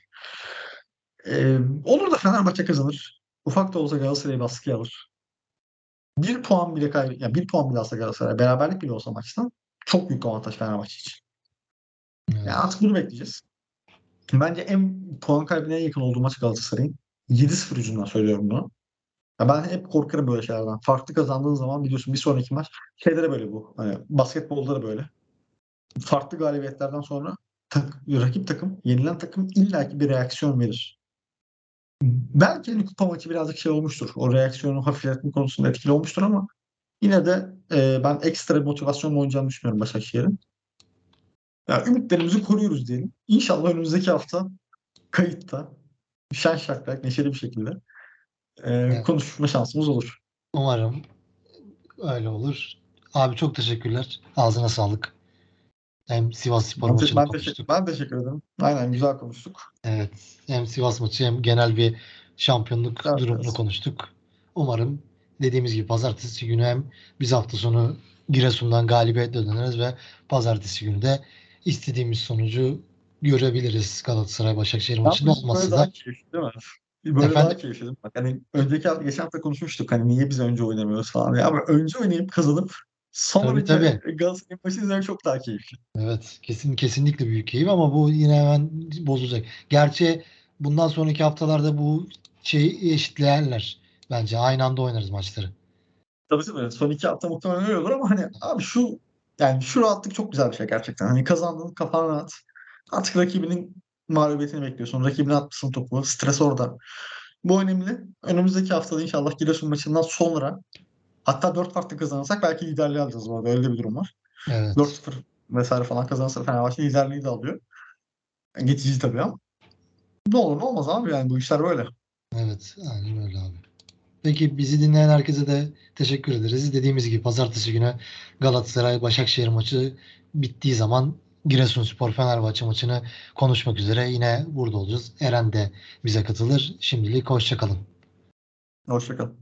Olur da Fenerbahçe kazanır. Ufak da olsa Galatasaray baskıya alır. Bir puan bile yani bir puan bile alsa Galatasaray, beraberlik bile olsa maçtan çok büyük avantaj Fenerbahçe için. Yani Evet. artık bunu bekleyeceğiz. Bence en puan kaybına en yakın olduğu maç Galatasaray'ın. 7-0 yüzünden söylüyorum bunu. Ya ben hep korkarım böyle şeylerden. Farklı kazandığın zaman biliyorsun bir sonraki maç şeylere böyle bu. Hani basketbolda da böyle. Farklı galibiyetlerden sonra rakip takım, yenilen takım illaki bir reaksiyon verir. Belki hani kupa maçı birazcık şey olmuştur. O reaksiyonu hafifletme konusunda etkili olmuştur ama yine de ben ekstra bir motivasyonla oynayacağını düşünüyorum Başakşehir'in. Ya, ümitlerimizi koruyoruz diyelim. İnşallah önümüzdeki hafta kayıtta şen şakrak neşeli bir şekilde Evet. konuşma şansımız olur. Umarım öyle olur. Abi çok teşekkürler. Ağzına sağlık. Hem Sivasspor maçını konuştuk. Ben teşekkür ederim. Aynen güzel konuştuk. Evet. Hem Sivas maçı hem genel bir şampiyonluk Evet, durumunu evet. konuştuk. Umarım dediğimiz gibi pazartesi günü hem biz hafta sonu Giresun'dan galibiyetle döneriz ve pazartesi günü de istediğimiz sonucu görebiliriz Galatasaray Başakşehir maçında Yalnız böyle olmasa da. daha keyifli değil mi? Böyle daha Efendim? keyifli değil mi? Bak hani geçen hafta konuşmuştuk hani niye biz önce oynamıyoruz falan. Ya ama önce oynayıp kazanıp Tabii, sonraki tabii. Galatasaray'ın maçı izlemek çok daha keyifli. Evet, kesinlikle büyük keyif ama bu yine hemen bozulacak. Gerçi bundan sonraki haftalarda bu şeyi eşitlerler. Bence aynı anda oynarız maçları. Tabii tabii. Son 2 hafta muhtemelen öyle olur ama hani abi yani şu rahatlık çok güzel bir şey gerçekten. Hani kazandın kafan rahat. Artık rakibinin mağlubiyetini bekliyorsun. Rakibine atmışsın topu. Stres orada. Bu önemli. Önümüzdeki haftada inşallah Giresun maçından sonra hatta 4 farklı kazanırsak belki liderliği alacağız bu arada. Öyle de bir durum var. Evet. 4-0 vesaire falan kazanırsa Fenerbahçe liderliği de alıyor. Geçici tabii ama. Ne olur ne olmaz abi yani bu işler böyle. Evet. Aynen öyle abi. Peki bizi dinleyen herkese de teşekkür ederiz. Dediğimiz gibi pazartesi günü Galatasaray Başakşehir maçı bittiği zaman Giresunspor Fenerbahçe maçını konuşmak üzere yine burada olacağız. Eren de bize katılır. Şimdilik hoşça kalın. Hoşça kal.